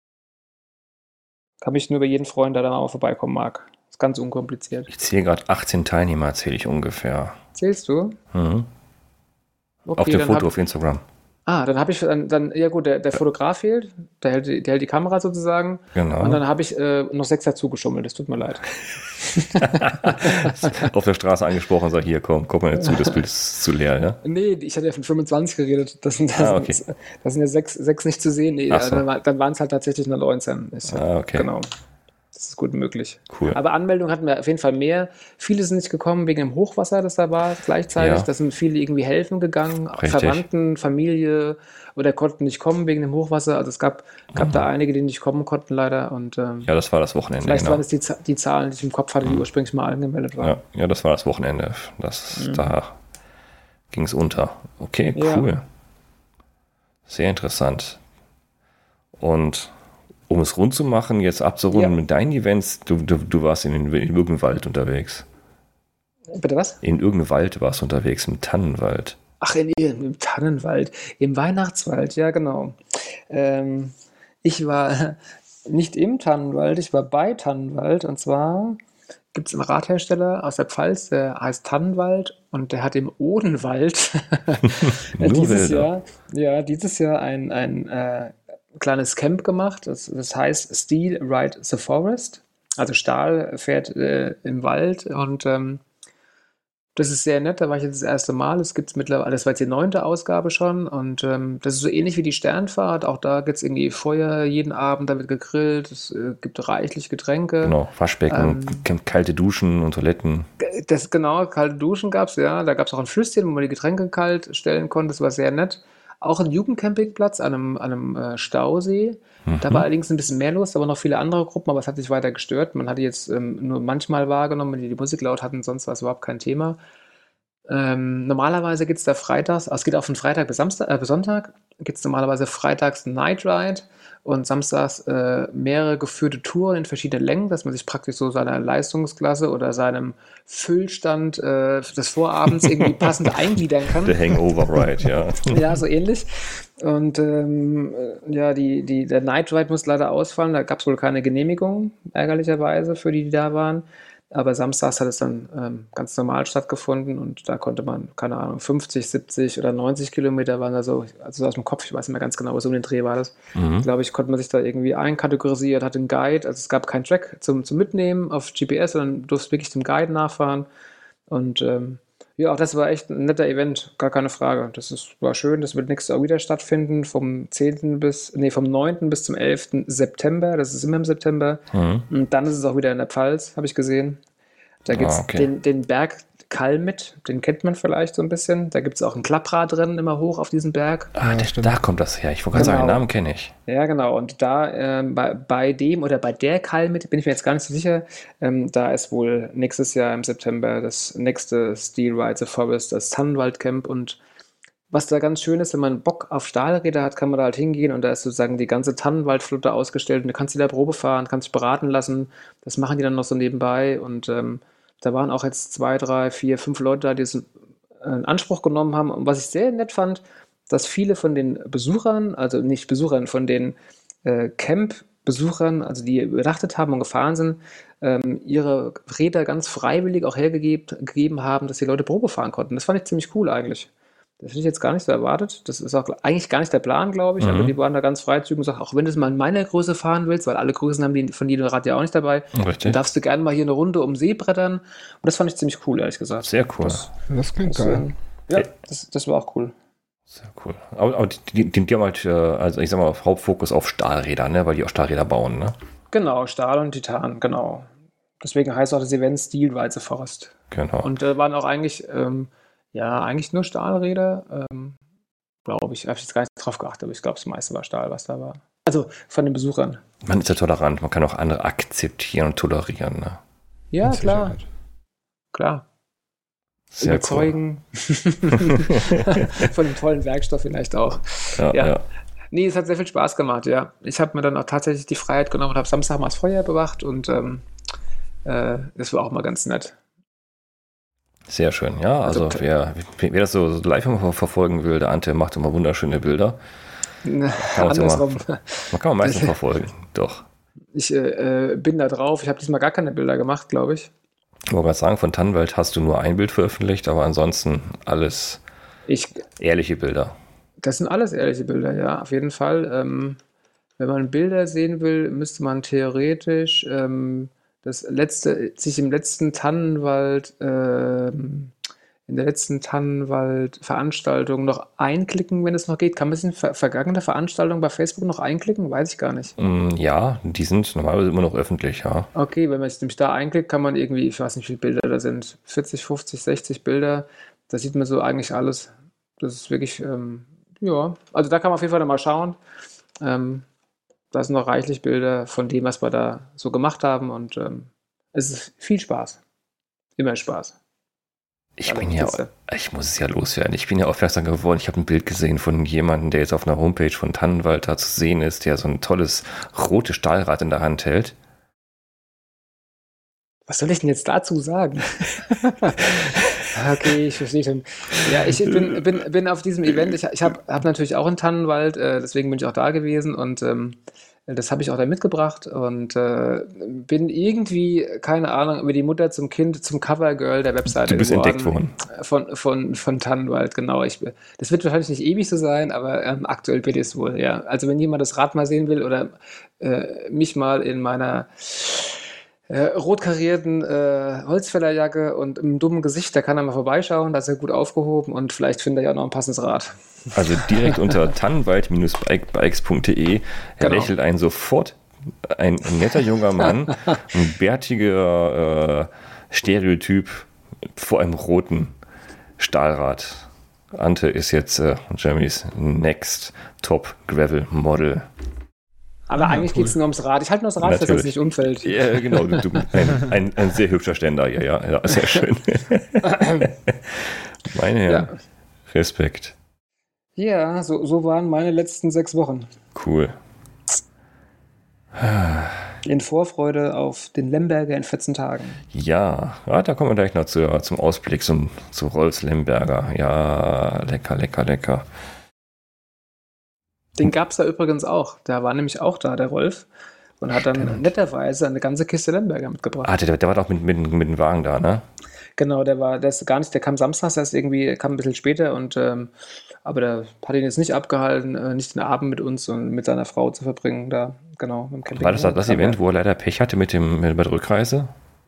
Kann mich nur über jeden freuen, der da mal vorbeikommen mag. Ist ganz unkompliziert. Ich zähle gerade achtzehn Teilnehmer, zähle ich ungefähr. Zählst du? Mhm. Okay, Auf dem dann Foto hab, auf Instagram. ah, dann habe ich, dann, dann, ja gut, der, der Fotograf fehlt, der hält, die- der hält die Kamera sozusagen. Genau. Und dann habe ich äh, noch sechs dazu geschummelt, das tut mir leid. Auf der Straße angesprochen und sag, hier, komm, guck mal nicht zu, das Bild ist zu leer, ja? Nee, ich hatte ja von fünfundzwanzig geredet. Das sind, das Ah, okay. sind, das sind ja sechs, sechs nicht zu sehen. Nee, Ach so. dann, war- dann waren es halt tatsächlich nur neunzehn. Ich, Ah, okay. Genau. Das ist gut möglich. Cool. Aber Anmeldungen hatten wir auf jeden Fall mehr. Viele sind nicht gekommen wegen dem Hochwasser, das da war gleichzeitig. Ja. Da sind viele irgendwie helfen gegangen, Richtig. Verwandten, Familie oder konnten nicht kommen wegen dem Hochwasser. Also es gab, gab da einige, die nicht kommen konnten leider. Und ähm, Ja, das war das Wochenende, vielleicht genau. waren es die, Z- die Zahlen, die ich im Kopf hatte, die ursprünglich mal angemeldet waren. Ja, ja, das war das Wochenende. Das, Da ging es unter. Okay, Ja. cool. Sehr interessant. Und um es rund zu machen, jetzt abzurunden Ja. mit deinen Events, du, du, du warst in, in irgendeinem Wald unterwegs. Bitte was? In irgendeinem Wald warst du unterwegs, im Tannenwald. Ach, in, im Tannenwald, im Weihnachtswald, ja genau. Ähm, ich war nicht im Tannenwald, ich war bei Tannenwald und zwar gibt es einen Radhersteller aus der Pfalz, der heißt Tannenwald und der hat im Odenwald Nur dieses Wälder. Jahr, ja, dieses Jahr ein, ein äh, kleines Camp gemacht. Das, das heißt Steel Ride the Forest. Also Stahl fährt äh, im Wald und ähm, das ist sehr nett, da war ich jetzt das erste Mal. Es gibt mittlerweile, das war jetzt die neunte Ausgabe schon und ähm, das ist so ähnlich wie die Sternfahrt. Auch da gibt es irgendwie Feuer jeden Abend, da wird gegrillt, es äh, gibt reichlich Getränke. Genau, Waschbecken, Ähm, kalte Duschen und Toiletten. Das genau, kalte Duschen gab es, ja. Da gab es auch ein Flüsschen, wo man die Getränke kalt stellen konnte. Das war sehr nett. Auch ein Jugendcampingplatz an einem, an einem äh, Stausee. Da war allerdings ein bisschen mehr los, da waren noch viele andere Gruppen, aber es hat sich weiter gestört. Man hatte jetzt ähm, nur manchmal wahrgenommen, wenn die die Musik laut hatten, sonst war es überhaupt kein Thema. Ähm, normalerweise gibt es da freitags, also es geht auch von Freitag bis Samstag, äh, bis Sonntag, gibt es normalerweise freitags einen Night Ride und samstags äh, mehrere geführte Touren in verschiedenen Längen, dass man sich praktisch so seiner Leistungsklasse oder seinem Füllstand äh, des Vorabends irgendwie passend eingliedern kann. Der Hangover Ride, ja. Ja, so ähnlich. Und ähm, äh, ja, die, die, der Night Ride muss leider ausfallen. Da gab es wohl keine Genehmigung, ärgerlicherweise, für die, die da waren. Aber samstags hat es dann ähm, ganz normal stattgefunden und da konnte man, keine Ahnung, fünfzig, siebzig oder neunzig Kilometer waren da so, also aus dem Kopf, ich weiß nicht mehr ganz genau, was um den Dreh war das. Mhm. Glaube ich, konnte man sich da irgendwie einkategorisiert, hatte einen Guide, also es gab keinen Track zum, zum Mitnehmen auf G P S, sondern du durfst wirklich dem Guide nachfahren. Und ähm, ja, auch das war echt ein netter Event, gar keine Frage. Das ist, war schön, das wird nächstes Jahr wieder stattfinden, vom zehnten bis, nee, vom neunten bis zum elften September, das ist immer im September. Mhm. Und dann ist es auch wieder in der Pfalz, habe ich gesehen. Da gibt es Ah, okay. den, den Berg Kalmit, den kennt man vielleicht so ein bisschen. Da gibt es auch ein Klappradrennen immer hoch auf diesem Berg. Ah, Ja, der, stimmt. da kommt das her. Ich wollte gerade sagen, den Genau. Namen kenne ich. Ja, genau. Und da ähm, bei, bei dem oder bei der Kalmit, bin ich mir jetzt gar nicht so sicher, ähm, da ist wohl nächstes Jahr im September das nächste Steel Ride the Forest, das Tannenwaldcamp. Und was da ganz schön ist, wenn man Bock auf Stahlräder hat, kann man da halt hingehen und da ist sozusagen die ganze Tannenwaldflotte ausgestellt und du kannst die da Probe fahren, kannst dich beraten lassen. Das machen die dann noch so nebenbei und ähm, da waren auch jetzt zwei, drei, vier, fünf Leute da, die es in Anspruch genommen haben. Und was ich sehr nett fand, dass viele von den Besuchern, also nicht Besuchern, von den äh, Camp-Besuchern, also die übernachtet haben und gefahren sind, ähm, ihre Räder ganz freiwillig auch hergegeben gegeben haben, dass die Leute Probe fahren konnten. Das fand ich ziemlich cool eigentlich. Das hätte ich jetzt gar nicht so erwartet. Das ist auch eigentlich gar nicht der Plan, glaube ich. Mhm. Aber die waren da ganz freizügig und sagten, auch wenn du es mal in meiner Größe fahren willst, weil alle Größen haben die von jedem Rad ja auch nicht dabei, dann Richtig. darfst du gerne mal hier eine Runde um den See brettern. Und das fand ich ziemlich cool, ehrlich gesagt. Sehr cool. Das, Das klingt das, geil. äh, ja, das, das war auch cool. Sehr cool. Aber, aber die, die, die haben halt, äh, also ich sag mal, Hauptfokus auf Stahlräder, ne? Weil die auch Stahlräder bauen, ne? Genau, Stahl und Titan, genau. Deswegen heißt auch das Event Steel Ride the Forest. Genau. Und da äh, waren auch eigentlich, ähm, ja, eigentlich nur Stahlräder, ähm, glaube ich. Habe ich jetzt gar nicht drauf geachtet, aber ich glaube, das meiste war Stahl, was da war. Also von den Besuchern. Man ist ja tolerant, man kann auch andere akzeptieren und tolerieren, ne? Ja, Mit klar, Sicherheit. klar. Sehr Überzeugen. Von dem tollen Werkstoff vielleicht auch. cool. Ja, Ja. ja. Nee, es hat sehr viel Spaß gemacht, ja. Ich habe mir dann auch tatsächlich die Freiheit genommen und habe Samstag mal das Feuer bewacht und ähm, äh, das war auch mal ganz nett. Sehr schön, ja. Also, Also, wer, wer das so live immer verfolgen will, der Ante macht immer wunderschöne Bilder. Kann man's ja Andersrum. Man kann man meistens verfolgen, doch. Ich äh, bin da drauf. Ich habe diesmal gar keine Bilder gemacht, glaube ich. Ich wollte gerade sagen, von Tannenwald hast du nur ein Bild veröffentlicht, aber ansonsten alles Ich, ehrliche Bilder. das sind alles ehrliche Bilder, ja, auf jeden Fall. Ähm, wenn man Bilder sehen will, müsste man theoretisch ähm, das letzte, sich im letzten Tannenwald, ähm, in der letzten Tannenwald-Veranstaltung noch einklicken, wenn es noch geht. Kann man sich in ver vergangene Veranstaltungen bei Facebook noch einklicken? Weiß ich gar nicht. Mm, Ja, die sind normalerweise immer noch öffentlich, ja. Okay, wenn man sich nämlich da einklickt, kann man irgendwie, ich weiß nicht, wie viele Bilder da sind, vierzig, fünfzig, sechzig Bilder. Da sieht man so eigentlich alles. Das ist wirklich, ähm, ja, also da kann man auf jeden Fall mal schauen. Ähm, da sind noch reichlich Bilder von dem, was wir da so gemacht haben und ähm, es ist viel Spaß. Immer Spaß. Ich Aber bin ja, das, äh, ich muss es ja loswerden. Ich bin ja aufmerksam geworden. Ich habe ein Bild gesehen von jemandem, der jetzt auf einer Homepage von Tannenwald da zu sehen ist, der so ein tolles rotes Stahlrad in der Hand hält. Was soll ich denn jetzt dazu sagen? Okay, ich verstehe schon. Ja, ich bin, bin, bin auf diesem Event, ich, ich habe hab natürlich auch einen Tannenwald, äh, deswegen bin ich auch da gewesen und ähm, das habe ich auch da mitgebracht und äh, bin irgendwie, keine Ahnung, über die Mutter zum Kind, zum Covergirl der Webseite Du bist geworden. entdeckt worden. Von, von, von Tannenwald, genau. Ich, das wird wahrscheinlich nicht ewig so sein, aber ähm, aktuell bin ich es wohl, ja. Also wenn jemand das Rad mal sehen will oder äh, mich mal in meiner äh, rot karierten äh, Holzfällerjacke und im dummen Gesicht, da kann er mal vorbeischauen, da ist er gut aufgehoben und vielleicht findet er ja auch noch ein passendes Rad. Also direkt unter tannenwald Bikes punkt de. Er Genau. lächelt einen sofort. Ein netter junger Mann, ein bärtiger äh, Stereotyp vor einem roten Stahlrad. Ante ist jetzt äh, Jeremys Next Top Gravel Model. Aber Ah, eigentlich cool. geht es nur ums Rad. Ich halte nur das Rad fest, dass es Natürlich. nicht umfällt. Ja, genau. Du, du, ein, ein, ein sehr hübscher Ständer, ja, ja, ja, sehr schön. Meine Herren, Ja. Respekt. Ja, so, so waren meine letzten sechs Wochen. Cool. In Vorfreude auf den Lemberger in vierzehn Tagen. Ja, ja, da kommen wir gleich noch zu, zum Ausblick zum, zu Rolls Lemberger. Ja, lecker, lecker, lecker. Den gab es da übrigens auch. Der war nämlich auch da, der Rolf. und hat dann Stimmt. netterweise eine ganze Kiste Lemberger mitgebracht. Ah, der, der war doch mit, mit, mit dem Wagen da, ne? Genau, der war, der ist gar nicht, der kam samstags erst irgendwie, kam ein bisschen später und ähm, aber der hat ihn jetzt nicht abgehalten, äh, nicht den Abend mit uns und mit seiner Frau zu verbringen, da, genau, mit dem Camping. War das das Event, wo er leider Pech hatte mit dem mit der Rückreise?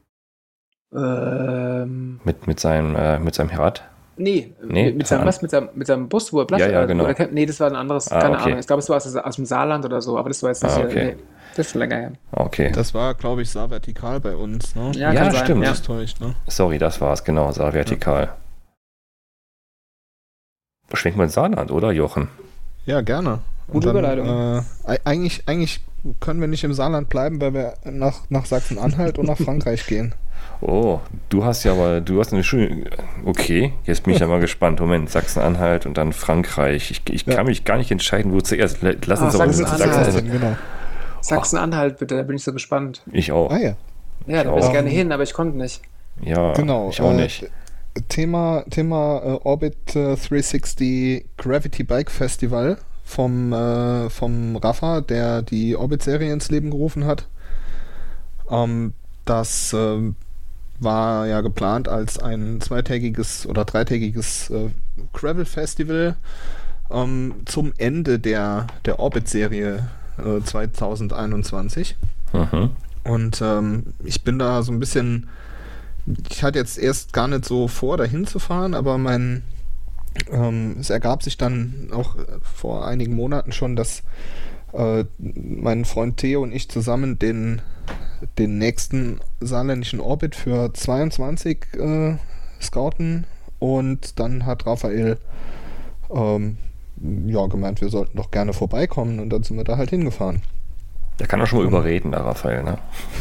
Ähm, Mit, mit, seinem, äh, mit seinem Rad? nee, Nee, mit, mit, seinem, an- was, mit, seinem, mit seinem Bus, wo er Platz Ja, ja, hat, genau. oder, Camp- nee, das war ein anderes, Ah, keine okay. Ahnung, ich glaube, es war aus, aus dem Saarland oder so, aber das war jetzt nicht, Ah, hier, okay. nee, das ist schon länger her. Okay. Das war, glaube ich, Saar Vertikal bei uns, ne? Ja, Ja, kann sein, stimmt. ja. Das täuscht, ne? Sorry, das war's, genau, Saar vertikal. Schwenken wir ins Saarland, oder, Jochen? Ja, gerne. Gute Und Überleitung. Äh, ei- eigentlich, eigentlich können wir nicht im Saarland bleiben, weil wir nach, nach Sachsen-Anhalt und nach Frankreich gehen. Oh, du hast ja aber, du hast eine schöne. Okay, jetzt bin ich ja mal gespannt. Moment, Sachsen-Anhalt und dann Frankreich. Ich, ich Ja. kann mich gar nicht entscheiden, wo zuerst. Lass Ah, uns aber Sachsen-Anhalt. Sachsen-Anhalt. Genau. Sachsen-Anhalt, bitte, da bin ich so gespannt. Ich auch. Ah ja. Ja, da auch. würde ich gerne hin, aber ich konnte nicht. Ja, Genau. ich auch äh, nicht. Thema, Thema äh, Orbit äh, dreihundertsechzig Gravity Bike Festival vom, äh, vom Rafa, der die Orbit-Serie ins Leben gerufen hat. Ähm, das ähm, war ja geplant als ein zweitägiges oder dreitägiges äh, Gravel-Festival ähm, zum Ende der, der Orbit-Serie äh, zwanzig einundzwanzig. Mhm. Und ähm, ich bin da so ein bisschen, ich hatte jetzt erst gar nicht so vor, dahin zu fahren, aber mein, ähm, es ergab sich dann auch vor einigen Monaten schon, dass äh, mein Freund Theo und ich zusammen den, den nächsten saarländischen Orbit für zweiundzwanzig äh, scouten, und dann hat Raphael ähm, ja, gemeint, wir sollten doch gerne vorbeikommen, und dann sind wir da halt hingefahren. Der kann doch schon mal überreden, der Raphael, ne?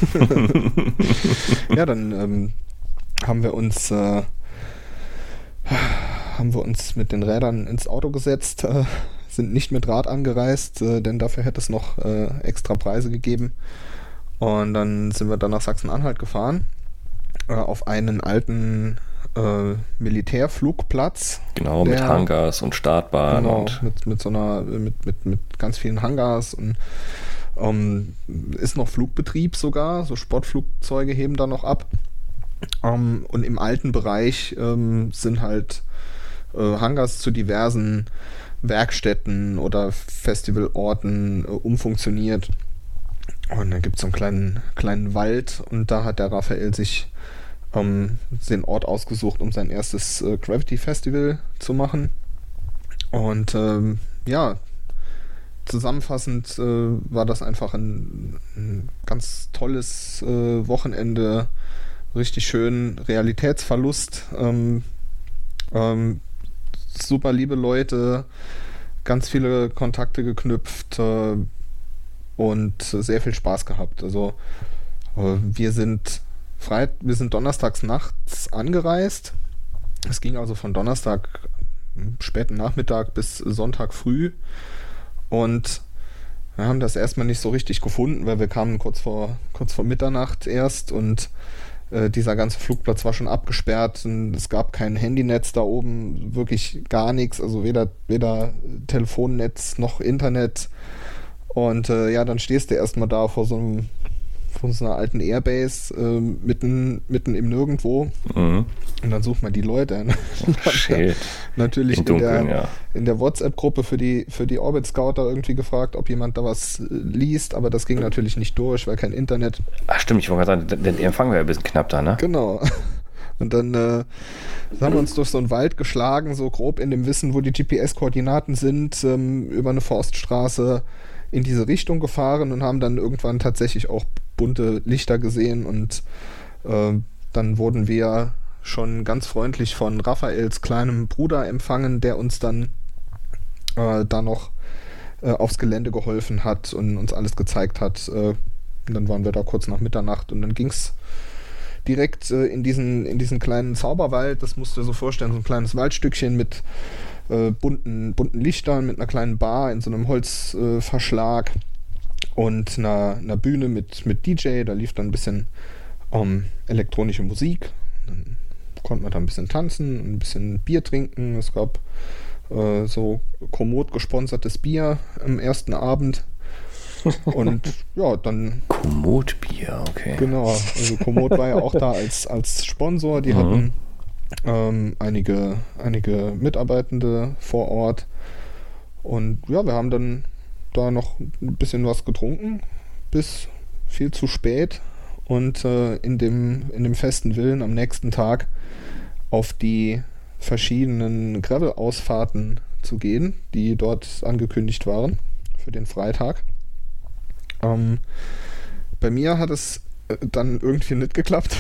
Ja, dann ähm, haben wir uns äh, haben wir uns mit den Rädern ins Auto gesetzt, äh, sind nicht mit Rad angereist, äh, denn dafür hätte es noch äh, extra Preise gegeben. Und dann sind wir dann nach Sachsen-Anhalt gefahren, äh, auf einen alten äh, Militärflugplatz. Genau, mit Der- Hangars und Startbahn Genau, und. mit, mit so einer, mit, mit, mit ganz vielen Hangars, und ähm, ist noch Flugbetrieb sogar, so Sportflugzeuge heben da noch ab. Ähm, und im alten Bereich ähm, sind halt äh, Hangars zu diversen Werkstätten oder Festivalorten äh, umfunktioniert. Und dann gibt es so einen kleinen, kleinen Wald, und da hat der Raphael sich ähm, den Ort ausgesucht, um sein erstes äh, Gravity Festival zu machen. Und ähm, ja, zusammenfassend äh, war das einfach ein, ein ganz tolles äh, Wochenende, richtig schön Realitätsverlust, ähm, ähm, super liebe Leute, ganz viele Kontakte geknüpft äh, und sehr viel Spaß gehabt. Also äh, wir sind frei, wir sind donnerstags nachts angereist. Es ging also von Donnerstag späten Nachmittag bis Sonntag früh. Und wir haben das erstmal nicht so richtig gefunden, weil wir kamen kurz vor, kurz vor Mitternacht erst, und äh, dieser ganze Flugplatz war schon abgesperrt, und es gab kein Handynetz da oben, wirklich gar nichts, also weder, weder Telefonnetz noch Internet. Und äh, ja, dann stehst du erstmal da vor so einem von so einer alten Airbase äh, mitten, mitten im Nirgendwo, Mhm. und dann sucht man die Leute. Oh, shit. Natürlich Im Dunkeln, in der, ja. in der WhatsApp-Gruppe für die, für die Orbit Scouter irgendwie gefragt, ob jemand da was äh, liest, aber das ging natürlich nicht durch, weil kein Internet. Ach, stimmt, ich wollte gerade sagen, der, der Empfang war ja ein bisschen knapp da, ne? Genau. Und dann äh, haben wir uns durch so einen Wald geschlagen, so grob in dem Wissen, wo die G P S-Koordinaten sind, ähm, über eine Forststraße in diese Richtung gefahren und haben dann irgendwann tatsächlich auch bunte Lichter gesehen, und äh, dann wurden wir schon ganz freundlich von Raphaels kleinem Bruder empfangen, der uns dann äh, da noch äh, aufs Gelände geholfen hat und uns alles gezeigt hat. Äh, und dann waren wir da kurz nach Mitternacht, und dann ging es direkt äh, in, diesen, in diesen kleinen Zauberwald. Das musst du dir so vorstellen, so ein kleines Waldstückchen mit äh, bunten, bunten Lichtern, mit einer kleinen Bar in so einem Holzverschlag äh, und einer, einer Bühne mit, mit D J. Da lief dann ein bisschen ähm, elektronische Musik. Dann konnte man da ein bisschen tanzen, ein bisschen Bier trinken. Es gab äh, so Komoot gesponsertes Bier am ersten Abend. Und ja, dann... Komoot-Bier, okay. Genau, also Komoot war ja auch da als, als Sponsor. Die mhm. hatten ähm, einige, einige Mitarbeitende vor Ort. Und ja, wir haben dann da noch ein bisschen was getrunken, bis viel zu spät. Und äh, in dem, in dem festen Willen am nächsten Tag auf die verschiedenen Gravel-Ausfahrten zu gehen, die dort angekündigt waren für den Freitag. Ähm, bei mir hat es äh, dann irgendwie nicht geklappt.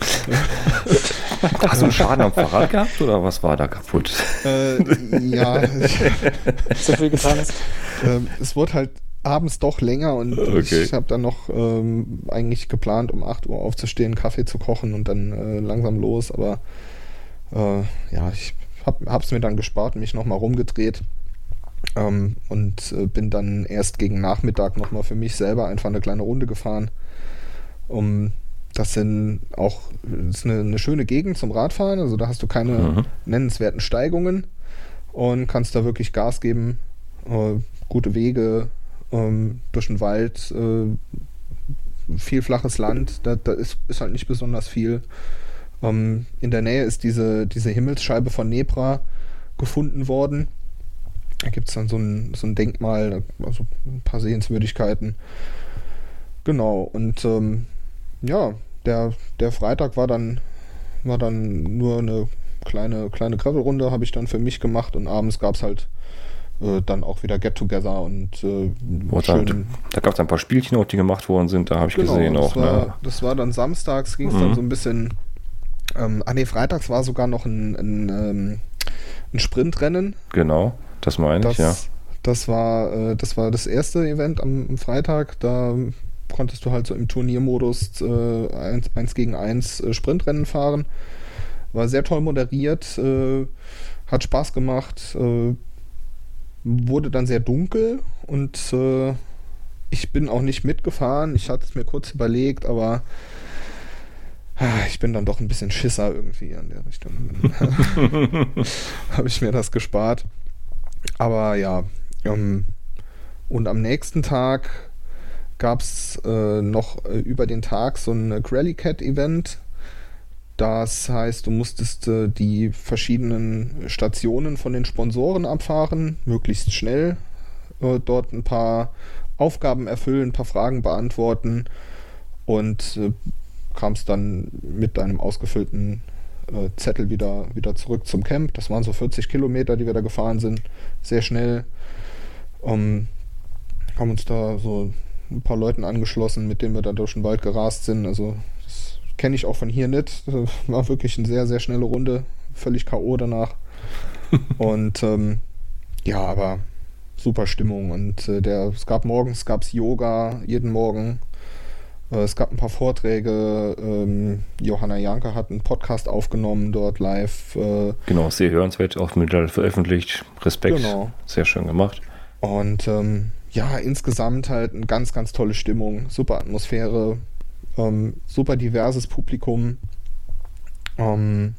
Hast du einen Schaden am Fahrrad gehabt oder was war da kaputt? Äh, ja. Zu viel getanzt. Ähm, es wurde halt abends doch länger und okay. ich habe dann noch ähm, eigentlich geplant, um acht Uhr aufzustehen, Kaffee zu kochen und dann äh, langsam los, aber äh, ja, ich habe es mir dann gespart, mich nochmal rumgedreht ähm, und äh, bin dann erst gegen Nachmittag nochmal für mich selber einfach eine kleine Runde gefahren. Um, das sind auch das ist eine, eine schöne Gegend zum Radfahren, also da hast du keine mhm. nennenswerten Steigungen und kannst da wirklich Gas geben, äh, gute Wege, Ähm, durch den Wald, äh, viel flaches Land, da, da ist, ist halt nicht besonders viel. Ähm, in der Nähe ist diese, diese Himmelsscheibe von Nebra gefunden worden. Da gibt es dann so ein, so ein Denkmal, also ein paar Sehenswürdigkeiten. Genau, und ähm, ja, der, der Freitag war dann, war dann nur eine kleine, kleine Gravelrunde, habe ich dann für mich gemacht und abends gab es halt Äh, dann auch wieder Get-Together und äh, schön, da gab es ein paar Spielchen, die gemacht worden sind, da habe ich genau, gesehen das auch. War, ne? Das war dann samstags, ging es mhm. dann so ein bisschen, ähm, ah ne, freitags war sogar noch ein, ein, ähm, ein Sprintrennen. Genau, das meine das, ich, ja. Das war, äh, das war das erste Event am, am Freitag, da konntest du halt so im Turniermodus äh, eins, eins gegen eins äh, Sprintrennen fahren. War sehr toll moderiert, äh, hat Spaß gemacht, äh, wurde dann sehr dunkel und äh, ich bin auch nicht mitgefahren. Ich hatte es mir kurz überlegt, aber ah, ich bin dann doch ein bisschen Schisser irgendwie in der Richtung. Habe ich mir das gespart. Aber ja, ähm, und am nächsten Tag gab es äh, noch äh, über den Tag so ein Rallycat-Event. Das heißt, du musstest äh, die verschiedenen Stationen von den Sponsoren abfahren, möglichst schnell, äh, dort ein paar Aufgaben erfüllen, ein paar Fragen beantworten und äh, kamst dann mit deinem ausgefüllten äh, Zettel wieder, wieder zurück zum Camp. Das waren so vierzig Kilometer, die wir da gefahren sind, sehr schnell. Um, haben uns da so ein paar Leuten angeschlossen, mit denen wir da durch den Wald gerast sind, also kenne ich auch von hier nicht. War wirklich eine sehr, sehr schnelle Runde. Völlig K O danach. Und ähm, ja, aber super Stimmung. Und äh, der, es gab morgens gab's Yoga, jeden Morgen. Äh, es gab ein paar Vorträge. Ähm, Johanna Janke hat einen Podcast aufgenommen dort live. Äh, genau, sehr hörenswert, auch mit veröffentlicht. Respekt. Genau. Sehr schön gemacht. Und ähm, ja, insgesamt halt eine ganz, ganz tolle Stimmung. Super Atmosphäre. Um, super diverses Publikum um,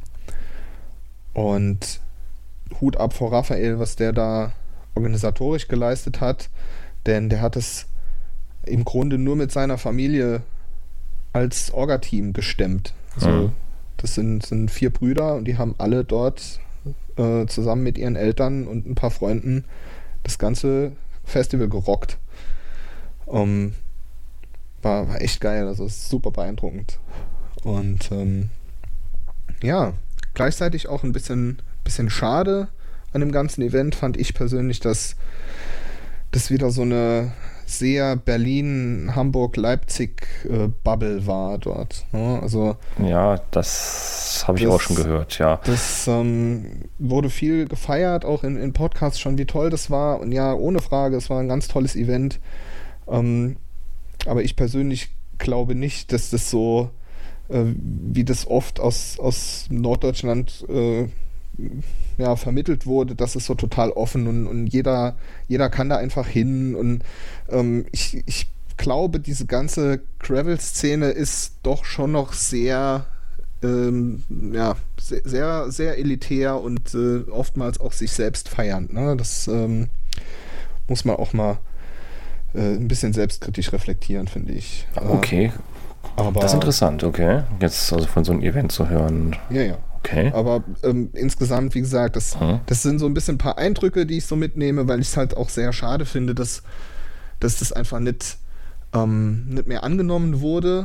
und Hut ab vor Raphael, was der da organisatorisch geleistet hat, denn der hat es im Grunde nur mit seiner Familie als Orga-Team gestemmt. Also mhm. das sind, sind vier Brüder und die haben alle dort äh, zusammen mit ihren Eltern und ein paar Freunden das ganze Festival gerockt. Um, War, war echt geil, also super beeindruckend. Und ähm, ja, gleichzeitig auch ein bisschen, bisschen schade an dem ganzen Event fand ich persönlich, dass das wieder so eine sehr Berlin, Hamburg, Leipzig äh, Bubble war dort. Ne? Also ja, das habe ich das, auch schon gehört, ja. Das ähm, wurde viel gefeiert, auch in, in Podcasts schon, wie toll das war. Und ja, ohne Frage, es war ein ganz tolles Event. Ähm, Aber ich persönlich glaube nicht, dass das so, äh, wie das oft aus, aus Norddeutschland äh, ja, vermittelt wurde, dass es so total offen und, und jeder, jeder kann da einfach hin. Und ähm, ich, ich glaube, diese ganze Gravel-Szene ist doch schon noch sehr, ähm, ja, sehr, sehr, sehr elitär und äh, oftmals auch sich selbst feiernd. Ne? Das ähm, muss man auch mal äh, ein bisschen selbstkritisch reflektieren, finde ich. Okay. Aber, das ist interessant, okay. Jetzt also von so einem Event zu hören. Ja, ja. Okay. Aber ähm, insgesamt, wie gesagt, das, hm. das sind so ein bisschen ein paar Eindrücke, die ich so mitnehme, weil ich es halt auch sehr schade finde, dass, dass das einfach nicht, ähm, nicht mehr angenommen wurde.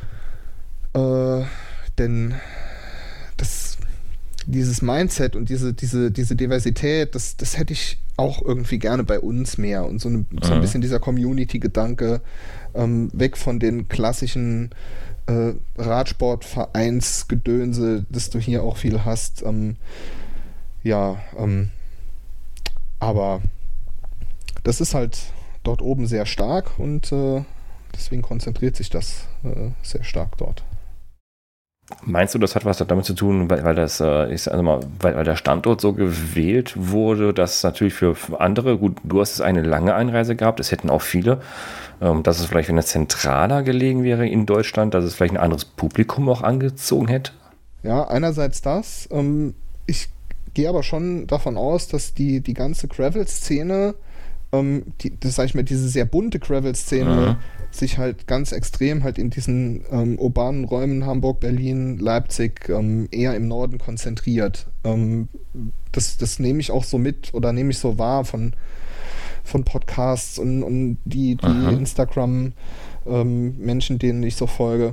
Äh, denn das, dieses Mindset und diese, diese, diese Diversität, das, das hätte ich auch irgendwie gerne bei uns mehr. Und so, eine, so ein bisschen dieser Community-Gedanke, ähm, weg von den klassischen äh, Radsportvereinsgedönse, das du hier auch viel hast. Ähm, ja, ähm, aber das ist halt dort oben sehr stark und äh, deswegen konzentriert sich das äh, sehr stark dort. Meinst du, das hat was damit zu tun, weil, weil das, äh, ich sag mal, weil, weil der Standort so gewählt wurde, dass natürlich für andere, gut, du hast es eine lange Einreise gehabt, es hätten auch viele, ähm, dass es vielleicht, wenn es zentraler gelegen wäre in Deutschland, dass es vielleicht ein anderes Publikum auch angezogen hätte? Ja, einerseits das. Ähm, ich gehe aber schon davon aus, dass die, die ganze Gravel-Szene, ähm, die, das sag ich mal, diese sehr bunte Gravel-Szene, mhm. sich halt ganz extrem halt in diesen ähm, urbanen Räumen Hamburg, Berlin, Leipzig ähm, eher im Norden konzentriert. Ähm, das, das nehme ich auch so mit oder nehme ich so wahr von, von Podcasts und, und die, die Instagram-Menschen, ähm, denen ich so folge.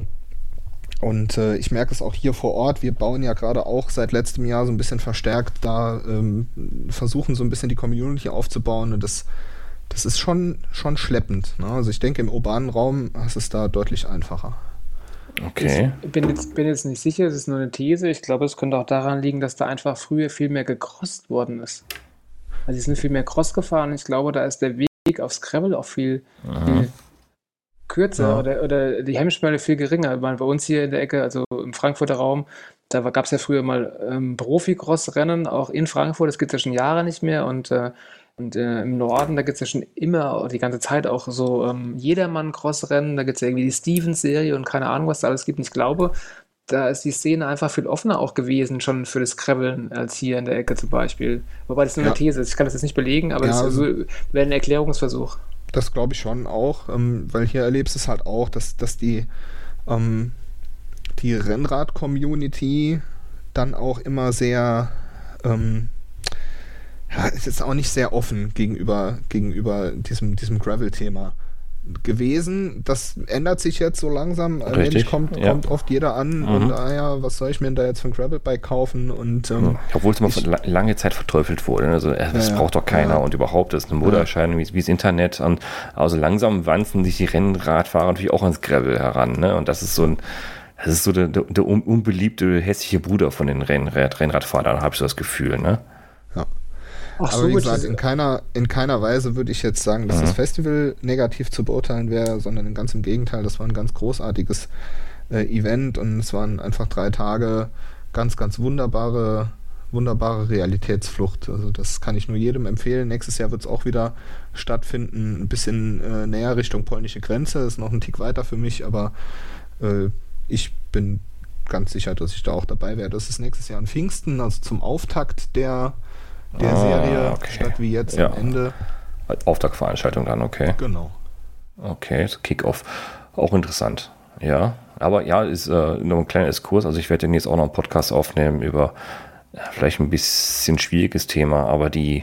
Und äh, ich merke es auch hier vor Ort, wir bauen ja gerade auch seit letztem Jahr so ein bisschen verstärkt da, ähm, versuchen so ein bisschen die Community aufzubauen und das Das ist schon, schon schleppend. Ne? Also ich denke, im urbanen Raum ist es da deutlich einfacher. Okay. Ich bin jetzt, bin jetzt nicht sicher, es ist nur eine These. Ich glaube, es könnte auch daran liegen, dass da einfach früher viel mehr gecrossed worden ist. Also sie sind viel mehr Cross gefahren. Ich glaube, da ist der Weg aufs Gravel auch viel, viel kürzer ja. oder, oder die Hemmschwelle viel geringer. Ich meine, bei uns hier in der Ecke, also im Frankfurter Raum, da gab es ja früher mal ähm, Profi-Cross-Rennen, auch in Frankfurt. Das gibt es ja schon Jahre nicht mehr und äh, Und äh, im Norden, da gibt es ja schon immer, die ganze Zeit auch so ähm, Jedermann-Cross-Rennen, da gibt es ja irgendwie die Stevens-Serie und keine Ahnung, was da alles gibt. Und ich glaube, da ist die Szene einfach viel offener auch gewesen, schon für das Graveln, als hier in der Ecke zum Beispiel. Wobei das nur ja. eine These ist, ich kann das jetzt nicht belegen, aber ja, das also, wäre ein Erklärungsversuch. Das glaube ich schon auch, ähm, weil hier erlebst du es halt auch, dass, dass die, ähm, die Rennrad-Community dann auch immer sehr... Ähm, ja, ist jetzt auch nicht sehr offen gegenüber, gegenüber diesem, diesem Gravel-Thema gewesen. Das ändert sich jetzt so langsam. Allmählich kommt, ja. kommt oft jeder an mhm. und ah ja, was soll ich mir denn da jetzt für ein Gravel-Bike kaufen? Und, ähm, obwohl es mal ich, lange Zeit verteufelt wurde. Also äh, das ja, braucht doch keiner ja. und überhaupt, das ist eine Modeerscheinung ja. wie, wie das Internet. Und also langsam wanzen sich die Rennradfahrer natürlich auch ans Gravel heran. Ne? Und das ist so ein das ist so der, der, der unbeliebte hässliche Bruder von den Rennrad, Rennradfahrern, habe ich so das Gefühl. Ne? Ja. Ach, aber so wie gesagt, in keiner, in keiner Weise würde ich jetzt sagen, dass mhm. das Festival negativ zu beurteilen wäre, sondern ganz im Gegenteil, das war ein ganz großartiges äh, Event und es waren einfach drei Tage ganz, ganz wunderbare, wunderbare Realitätsflucht. Also das kann ich nur jedem empfehlen. Nächstes Jahr wird es auch wieder stattfinden, ein bisschen äh, näher Richtung polnische Grenze, ist noch ein Tick weiter für mich, aber äh, ich bin ganz sicher, dass ich da auch dabei werde. Das ist nächstes Jahr an Pfingsten, also zum Auftakt der der ah, Serie, okay. statt wie jetzt ja. am Ende. Auftaktveranstaltung dann, okay. Genau. Okay, Kick-Off. Auch interessant. Ja, aber ja, ist äh, nur ein kleiner Exkurs. Also ich werde jetzt auch noch einen Podcast aufnehmen über ja, vielleicht ein bisschen schwieriges Thema, aber die,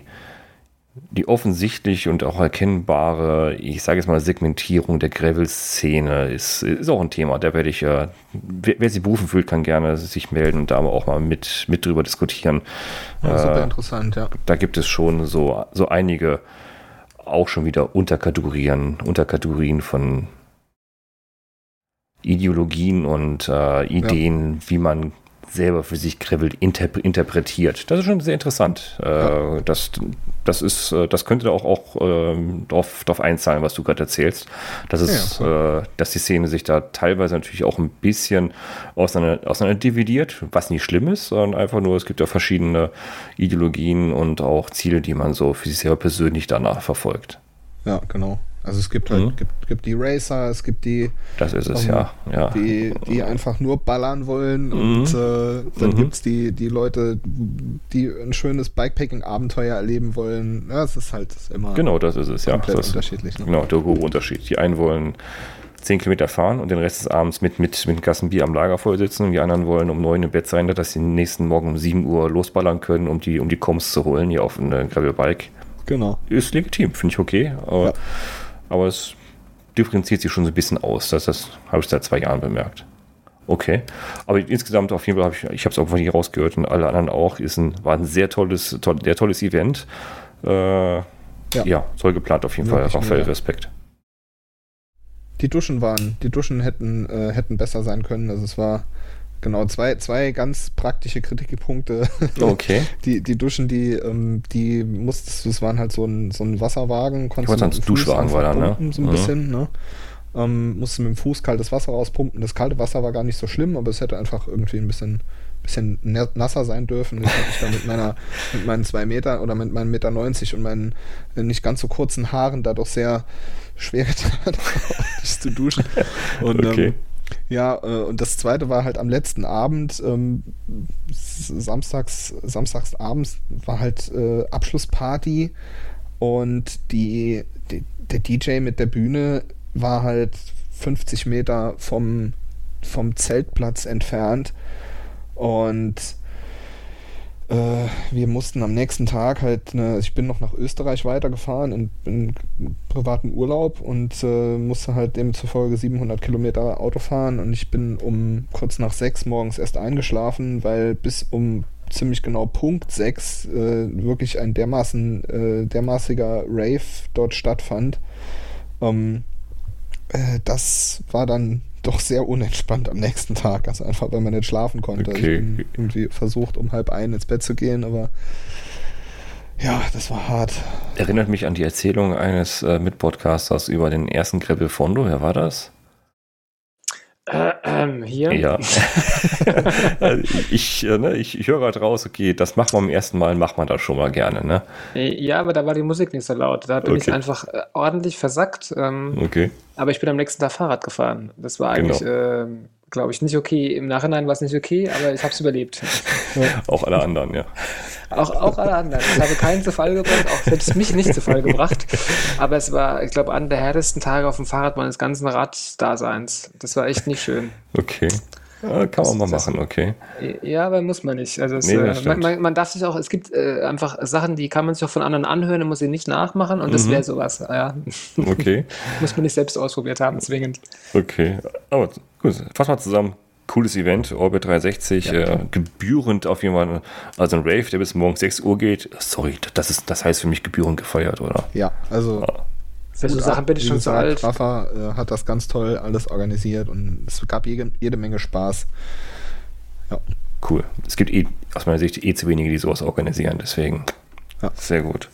die offensichtlich und auch erkennbare, ich sage jetzt mal, Segmentierung der Gravel-Szene ist, ist auch ein Thema. Da werde ich, äh, wer, wer sich berufen fühlt, kann gerne sich melden und da aber auch mal mit, mit drüber diskutieren. Ja, super äh, interessant, ja. Da gibt es schon so, so einige auch schon wieder Unterkategorien, Unterkategorien von Ideologien und äh, Ideen, ja. wie man selber für sich Gravel interp- interpretiert. Das ist schon sehr interessant. Ja. Äh, das, das ist, das könnte auch, auch äh, darauf, darauf einzahlen, was du gerade erzählst. Das ist, ja, cool. äh, dass die Szene sich da teilweise natürlich auch ein bisschen auseinander, auseinander dividiert, was nicht schlimm ist, sondern einfach nur, es gibt ja verschiedene Ideologien und auch Ziele, die man so für sich selber persönlich danach verfolgt. Ja, genau. Also es gibt halt Mhm. gibt, gibt die Racer, es gibt die, Das ist es, ähm, ja. ja. die, die einfach nur ballern wollen und Mhm. äh, dann Mhm. gibt es die, die Leute, die ein schönes Bikepacking-Abenteuer erleben wollen. Ja, es ist halt immer Genau, das ist es, ja. komplett Das ist, unterschiedlich. Ne? genau, der grobe Unterschied. Die einen wollen zehn Kilometer fahren und den Rest des Abends mit, mit, mit Gassenbier am Lagerfeuer sitzen und die anderen wollen um neun im Bett sein, dass sie den nächsten Morgen um sieben Uhr losballern können, um die, um die Coms zu holen, hier auf eine Gravelbike. Genau. Ist legitim, finde ich okay. Aber, Ja. aber es differenziert sich schon so ein bisschen aus. Das, das habe ich seit zwei Jahren bemerkt. Okay. Aber insgesamt auf jeden Fall habe ich, ich habe es auch von hier rausgehört und alle anderen auch, ist ein, war ein sehr tolles, toll, sehr tolles Event. Äh, ja. ja, toll geplant auf jeden Wirklich Fall. Raphael, mega. Respekt. Die Duschen waren, die Duschen hätten, äh, hätten besser sein können. Also es war genau zwei, zwei ganz praktische Kritikpunkte. Okay. Die, die Duschen, die, ähm, die musstest, das waren halt so ein, so ein Wasserwagen, konntest wollte du mit sagen, dem Fuß Duschwagen einfach war da, ne? pumpen, so ein Mhm. bisschen, ne? Ähm, musste mit dem Fuß kaltes Wasser rauspumpen. Das kalte Wasser war gar nicht so schlimm, aber es hätte einfach irgendwie ein bisschen, bisschen na- nasser sein dürfen. Ich habe mich da mit meiner, mit meinen zwei Meter oder mit meinen Meter neunzig und meinen äh, nicht ganz so kurzen Haaren da doch sehr schwer getan, ordentlich zu duschen. Und, Okay. ähm, ja, äh, und das zweite war halt am letzten Abend, ähm, s- samstags, samstags abends war halt äh, Abschlussparty und die, die, der D J mit der Bühne war halt fünfzig Meter vom, vom Zeltplatz entfernt und äh, wir mussten am nächsten Tag halt, ne, ich bin noch nach Österreich weitergefahren in, in privaten Urlaub und äh, musste halt demzufolge siebenhundert Kilometer Auto fahren und ich bin um kurz nach sechs morgens erst eingeschlafen, weil bis um ziemlich genau Punkt sechs äh, wirklich ein dermaßen äh, dermaßiger Rave dort stattfand. Ähm, äh, das war dann doch sehr unentspannt am nächsten Tag, also einfach, weil man nicht schlafen konnte. Okay. Ich bin irgendwie versucht, um halb ein ins Bett zu gehen, aber ja, das war hart. Erinnert mich an die Erzählung eines äh, Mitpodcasters über den ersten Greppel Fondo. Wer war das? Äh, ähm, hier? Ja. Also ich, äh, ne, ich, ich höre gerade raus, okay, das macht man beim ersten Mal, macht man das schon mal gerne, ne? Ja, aber da war die Musik nicht so laut. Da bin ich Okay. einfach äh, ordentlich versackt. Ähm, Okay. aber ich bin am nächsten Tag Fahrrad gefahren. Das war eigentlich, Genau. ähm, glaube ich, nicht okay. Im Nachhinein war es nicht okay, aber ich habe es überlebt. Auch alle anderen, ja. Auch, auch alle anderen. Ich habe keinen zu Fall gebracht, auch selbst mich nicht zu Fall gebracht. Aber es war, ich glaube, einer der härtesten Tage auf dem Fahrrad meines ganzen Raddaseins. Das war echt nicht schön. Okay. Ja, kann man mal Das- machen, okay. Ja, aber muss man nicht. Also es, Nee, das äh, man, stimmt. man, man darf sich auch, es gibt äh, einfach Sachen, die kann man sich auch von anderen anhören und muss sie nicht nachmachen und das Mhm. wäre sowas. Ja. Okay. Muss man nicht selbst ausprobiert haben, zwingend. Okay. Aber gut, fassen wir zusammen. Cooles Event, Orbit dreihundertsechzig, äh, gebührend auf jeden Fall. Also ein Rave, der bis morgens sechs Uhr geht. Sorry, das, ist, das heißt für mich gebührend gefeiert, oder? Ja, also Ja. Für so gut Sachen ab. bin ich Wie schon zu gesagt, alt. Rafa äh, hat das ganz toll alles organisiert und es gab jede, jede Menge Spaß. Cool. Es gibt eh, aus meiner Sicht eh zu wenige, die sowas organisieren, deswegen Ja. sehr gut.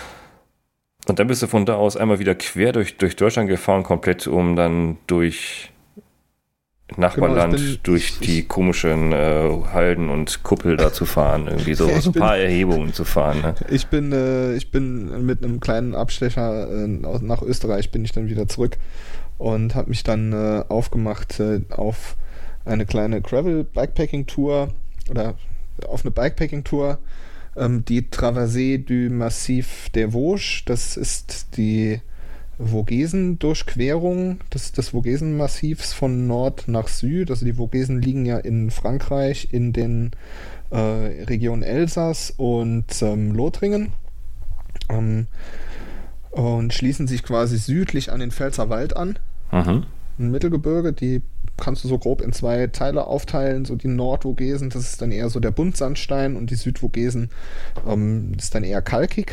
Und dann bist du von da aus einmal wieder quer durch, durch Deutschland gefahren, komplett, um dann durch Nachbarland, Genau, ich bin- durch ich- die komischen äh, Halden und Kuppel da zu fahren, irgendwie so, Ich so ein bin- paar Erhebungen zu fahren. Ne? Ich bin, äh, ich bin mit einem kleinen Abstecher äh, aus- nach Österreich bin ich dann wieder zurück und habe mich dann äh, aufgemacht äh, auf eine kleine Gravel-Bikepacking-Tour oder auf eine Bikepacking-Tour, ähm, die Traversée du Massif des Vosges. Das ist die Vogesen-Durchquerung des, des Vogesen-Massivs von Nord nach Süd. Also die Vogesen liegen ja in Frankreich in den äh, Regionen Elsass und ähm, Lothringen ähm, und schließen sich quasi südlich an den Pfälzerwald an. Mhm. Ein Mittelgebirge, die kannst du so grob in zwei Teile aufteilen. So die Nordvogesen, das ist dann eher so der Buntsandstein und die Südvogesen ähm, ist dann eher kalkig.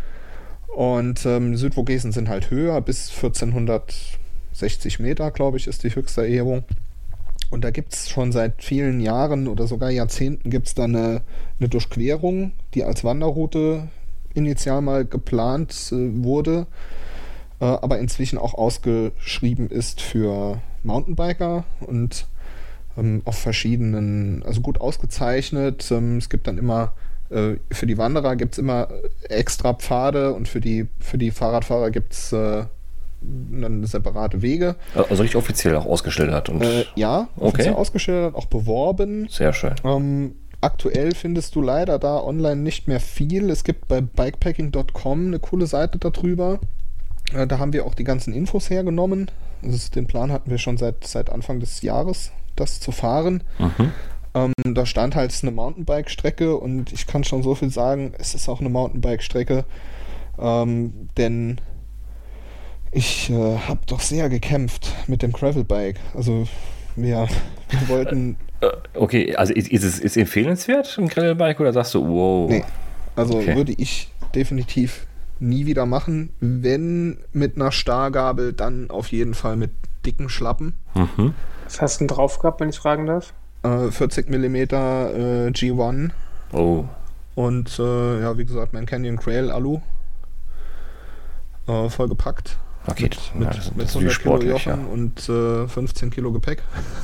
Und ähm, die Südvogesen sind halt höher, bis vierzehnhundertsechzig Meter, glaube ich, ist die höchste Erhebung. Und da gibt es schon seit vielen Jahren oder sogar Jahrzehnten gibt es da eine, eine Durchquerung, die als Wanderroute initial mal geplant äh, wurde, äh, aber inzwischen auch ausgeschrieben ist für Mountainbiker und ähm, auf verschiedenen, also gut ausgezeichnet. Ähm, es gibt dann immer äh, für die Wanderer gibt es immer extra Pfade und für die, für die Fahrradfahrer gibt es äh, dann separate Wege. Also richtig offiziell auch ausgeschildert. Und äh, ja, offiziell okay. ausgeschildert, auch beworben. Sehr schön. Ähm, aktuell findest du leider da online nicht mehr viel. Es gibt bei bikepacking Punkt com eine coole Seite darüber. Äh, da haben wir auch die ganzen Infos hergenommen. Das ist, den Plan hatten wir schon seit, seit Anfang des Jahres, das zu fahren. Mhm. Ähm, da stand halt eine Mountainbike-Strecke und ich kann schon so viel sagen, es ist auch eine Mountainbike-Strecke, ähm, denn ich äh, habe doch sehr gekämpft mit dem Gravelbike. Also wir, wir wollten... Äh, okay, also ist, ist es ist empfehlenswert, ein Gravelbike, oder sagst du, wow? Nee, also Okay. würde ich definitiv nie wieder machen. Wenn mit einer Stargabel, dann auf jeden Fall mit dicken Schlappen. Mhm. Was hast du denn drauf gehabt, wenn ich fragen darf? Äh, vierzig Millimeter äh, G eins Oh, und äh, ja, wie gesagt, mein Canyon Trail Alu äh, voll gepackt. okay. Mit, Ja, mit, das, das mit ist wie hundert Kilo sportlich, ja. Jochen und äh, fünfzehn Kilo Gepäck.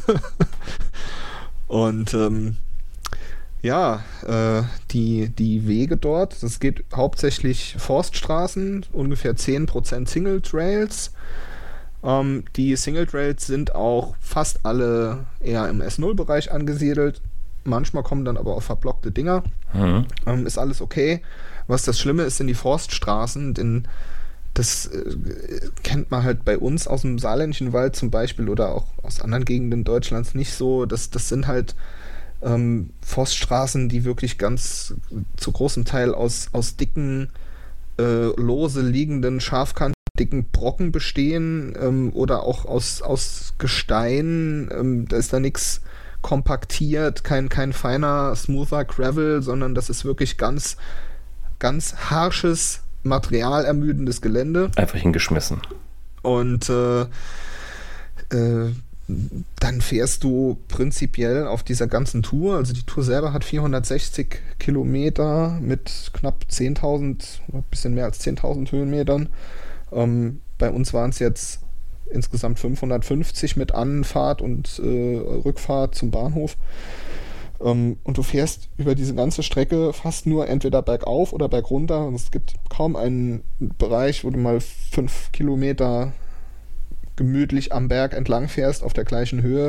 Und ähm, ja, äh, die, die Wege dort, das geht hauptsächlich Forststraßen, ungefähr zehn Prozent Single Trails. Ähm, die Single Trails sind auch fast alle eher im S null Bereich angesiedelt. Manchmal kommen dann aber auch verblockte Dinger. Mhm. Ähm, ist alles okay. Was das Schlimme ist, sind die Forststraßen, denn das äh, kennt man halt bei uns aus dem saarländischen Wald zum Beispiel oder auch aus anderen Gegenden Deutschlands nicht so. Das, das sind halt ähm, Forststraßen, die wirklich ganz zu großem Teil aus, aus dicken, äh, lose liegenden, scharfkantigen Brocken bestehen ähm, oder auch aus, aus Gestein. Ähm, da ist da nichts kompaktiert, kein, kein feiner, smoother Gravel, sondern das ist wirklich ganz, ganz harsches, materialermüdendes Gelände. Einfach hingeschmissen. Und äh, äh, dann fährst du prinzipiell auf dieser ganzen Tour, also die Tour selber hat vierhundertsechzig Kilometer mit knapp zehntausend, ein bisschen mehr als zehntausend Höhenmetern. Ähm, bei uns waren es jetzt insgesamt fünfhundertfünfzig mit Anfahrt und äh, Rückfahrt zum Bahnhof. Um, und du fährst über diese ganze Strecke fast nur entweder bergauf oder bergunter. Und es gibt kaum einen Bereich, wo du mal fünf Kilometer gemütlich am Berg entlang fährst auf der gleichen Höhe.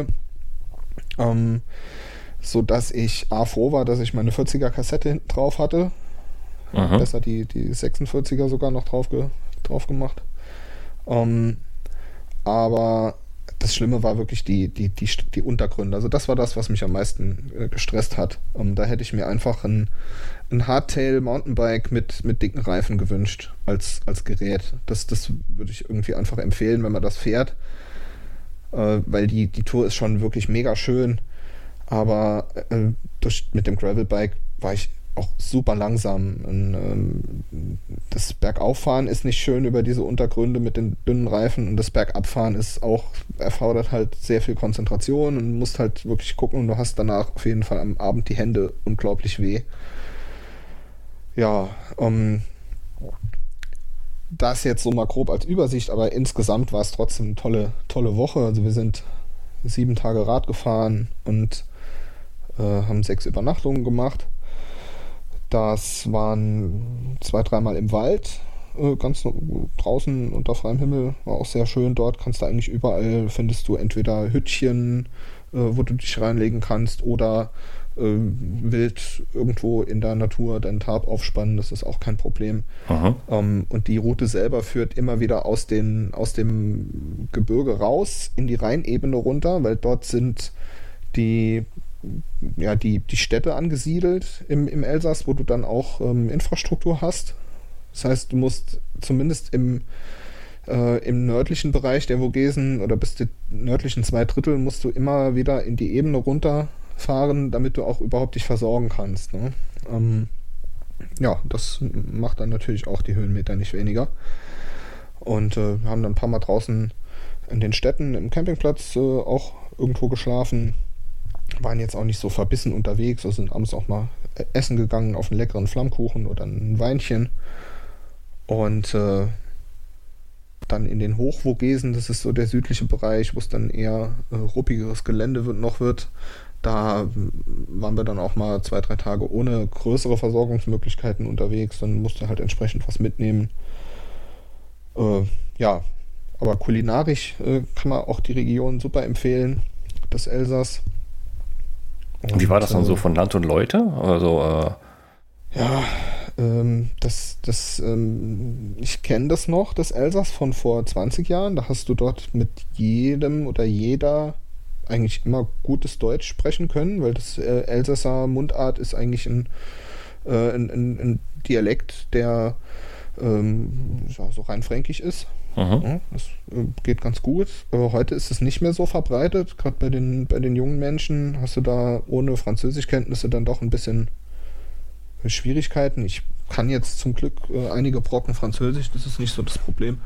Um, so dass ich A froh war, dass ich meine vierziger Kassette hinten drauf hatte. Mhm. Besser die, die sechsundvierziger sogar noch drauf, ge, drauf gemacht. Um, aber das Schlimme war wirklich die, die, die, die Untergründe. Also das war das, was mich am meisten äh, gestresst hat. Um, da hätte ich mir einfach ein, ein Hardtail Mountainbike mit, mit dicken Reifen gewünscht als, als Gerät. Das, das würde ich irgendwie einfach empfehlen, wenn man das fährt. Äh, weil die, die Tour ist schon wirklich mega schön. Aber äh, durch, mit dem Gravelbike war ich auch super langsam. Und, ähm, das Bergauffahren ist nicht schön über diese Untergründe mit den dünnen Reifen und das Bergabfahren ist auch, erfordert halt sehr viel Konzentration und musst halt wirklich gucken und du hast danach auf jeden Fall am Abend die Hände unglaublich weh. Ja, ähm, das jetzt so mal grob als Übersicht, aber insgesamt war es trotzdem eine tolle, tolle Woche. Also wir sind sieben Tage Rad gefahren und äh, haben sechs Übernachtungen gemacht. Das waren zwei, dreimal im Wald, äh, ganz draußen unter freiem Himmel, war auch sehr schön. Dort kannst du eigentlich überall, findest du entweder Hütchen, äh, wo du dich reinlegen kannst oder äh, wild irgendwo in der Natur deinen Tarp aufspannen, das ist auch kein Problem. Ähm, und die Route selber führt immer wieder aus, den, aus dem Gebirge raus in die Rheinebene runter, weil dort sind die ja, die, die Städte angesiedelt im, im Elsass, wo du dann auch ähm, Infrastruktur hast. Das heißt, du musst zumindest im, äh, im nördlichen Bereich der Vogesen oder bis die nördlichen zwei Drittel musst du immer wieder in die Ebene runterfahren, damit du auch überhaupt dich versorgen kannst. Ne? Ähm, ja, das macht dann natürlich auch die Höhenmeter nicht weniger. Und äh, haben dann ein paar Mal draußen in den Städten im Campingplatz äh, auch irgendwo geschlafen. Waren jetzt auch nicht so verbissen unterwegs, also sind abends auch mal essen gegangen auf einen leckeren Flammkuchen oder ein Weinchen. Und äh, dann in den Hochvogesen, das ist so der südliche Bereich, wo es dann eher äh, ruppigeres Gelände wird, noch wird. Da waren wir dann auch mal zwei, drei Tage ohne größere Versorgungsmöglichkeiten unterwegs. Dann musste halt entsprechend was mitnehmen. Äh, ja, aber kulinarisch äh, kann man auch die Region super empfehlen, das Elsass. Und wie war das dann äh, so von Land und Leute? Also, äh, Ja, ähm, das, das, ähm, ich kenne das noch, das Elsass von vor zwanzig Jahren. Da hast du dort mit jedem oder jeder eigentlich immer gutes Deutsch sprechen können, weil das äh, Elsasser Mundart ist eigentlich ein, äh, ein, ein, ein Dialekt, der ähm, ja, so rein fränkisch ist. mhm. Ja, das äh, geht ganz gut. Aber heute ist es nicht mehr so verbreitet. Gerade bei den, bei den jungen Menschen hast du da ohne Französischkenntnisse dann doch ein bisschen Schwierigkeiten. Ich kann jetzt zum Glück äh, einige Brocken Französisch, das ist nicht so das Problem.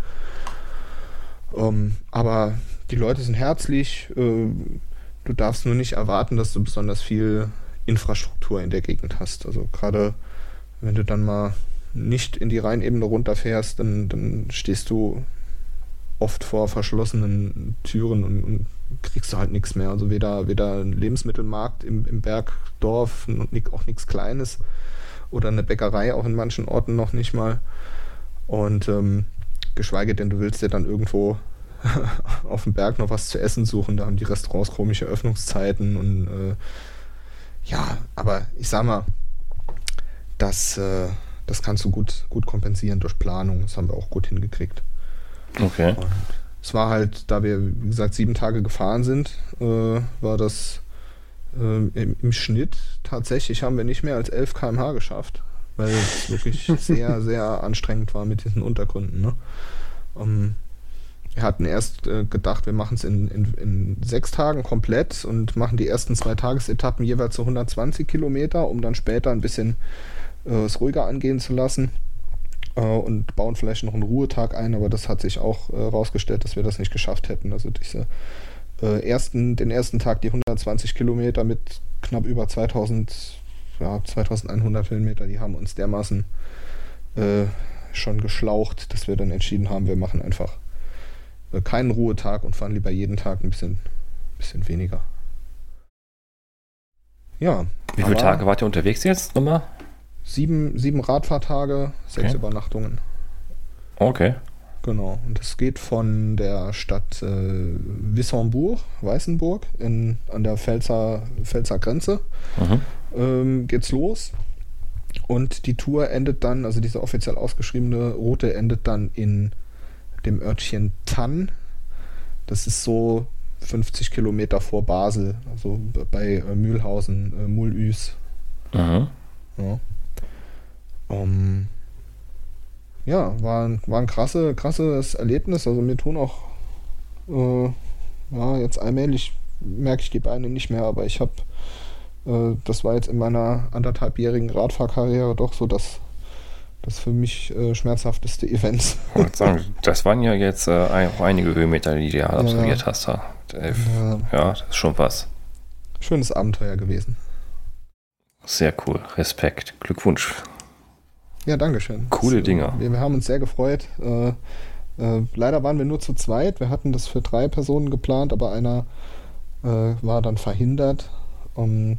Ähm, aber die Leute sind herzlich. Äh, du darfst nur nicht erwarten, dass du besonders viel Infrastruktur in der Gegend hast. Also gerade wenn du dann mal nicht in die Rheinebene runterfährst, dann, dann stehst du oft vor verschlossenen Türen und, und kriegst du halt nichts mehr. Also weder, weder ein Lebensmittelmarkt im, im Bergdorf und ni- auch nichts Kleines oder eine Bäckerei auch in manchen Orten noch nicht mal. Und ähm, geschweige denn, du willst dir dann irgendwo auf dem Berg noch was zu essen suchen. Da haben die Restaurants komische Öffnungszeiten und äh, ja, aber ich sag mal, das, äh, das kannst du gut, gut kompensieren durch Planung. Das haben wir auch gut hingekriegt. Okay. Und es war halt, da wir, wie gesagt, sieben Tage gefahren sind, äh, war das äh, im, im Schnitt tatsächlich haben wir nicht mehr als elf Kilometer pro Stunde geschafft, weil es wirklich sehr, sehr anstrengend war mit diesen Untergründen. Ne? Um, wir hatten erst äh, gedacht, wir machen es in, in, in sechs Tagen komplett und machen die ersten zwei Tagesetappen jeweils so hundertzwanzig Kilometer, um dann später ein bisschen äh, es ruhiger angehen zu lassen. Und bauen vielleicht noch einen Ruhetag ein, aber das hat sich auch herausgestellt, äh, dass wir das nicht geschafft hätten. Also diese, äh, ersten, den ersten Tag die hundertzwanzig Kilometer mit knapp über zweitausend, ja, zweitausendeinhundert Höhenmeter, die haben uns dermaßen äh, schon geschlaucht, dass wir dann entschieden haben, wir machen einfach äh, keinen Ruhetag und fahren lieber jeden Tag ein bisschen, bisschen weniger. Ja. Wie viele Tage wart ihr unterwegs jetzt nochmal? Sieben, sieben Radfahrtage, sechs Okay. Übernachtungen. Okay. Genau. Und es geht von der Stadt äh, Wissembourg, Weißenburg, in, an der Pfälzer, Pfälzer Grenze, Mhm. ähm, geht's los. Und die Tour endet dann, also diese offiziell ausgeschriebene Route endet dann in dem Örtchen Thann. Das ist so fünfzig Kilometer vor Basel, also bei äh, Mühlhausen, äh, Mulhüs. Mhm. Ja. Um, ja, war ein, war ein krasse, krasses Erlebnis. Also mir tun auch, äh, ja, jetzt allmählich merke ich die Beine nicht mehr, aber ich habe, äh, das war jetzt in meiner anderthalbjährigen Radfahrkarriere doch so das, das für mich äh, schmerzhafteste Event. Ich wollte sagen, das waren ja jetzt äh, auch einige Höhenmeter, die du ja absolviert hast. Ja. Elf. Ja. Ja, das ist schon was. Schönes Abenteuer gewesen. Sehr cool. Respekt. Glückwunsch. Ja, dankeschön. Coole das, Dinger. Wir, wir haben uns sehr gefreut. Äh, äh, leider waren wir nur zu zweit. Wir hatten das für drei Personen geplant, aber einer äh, war dann verhindert. Um,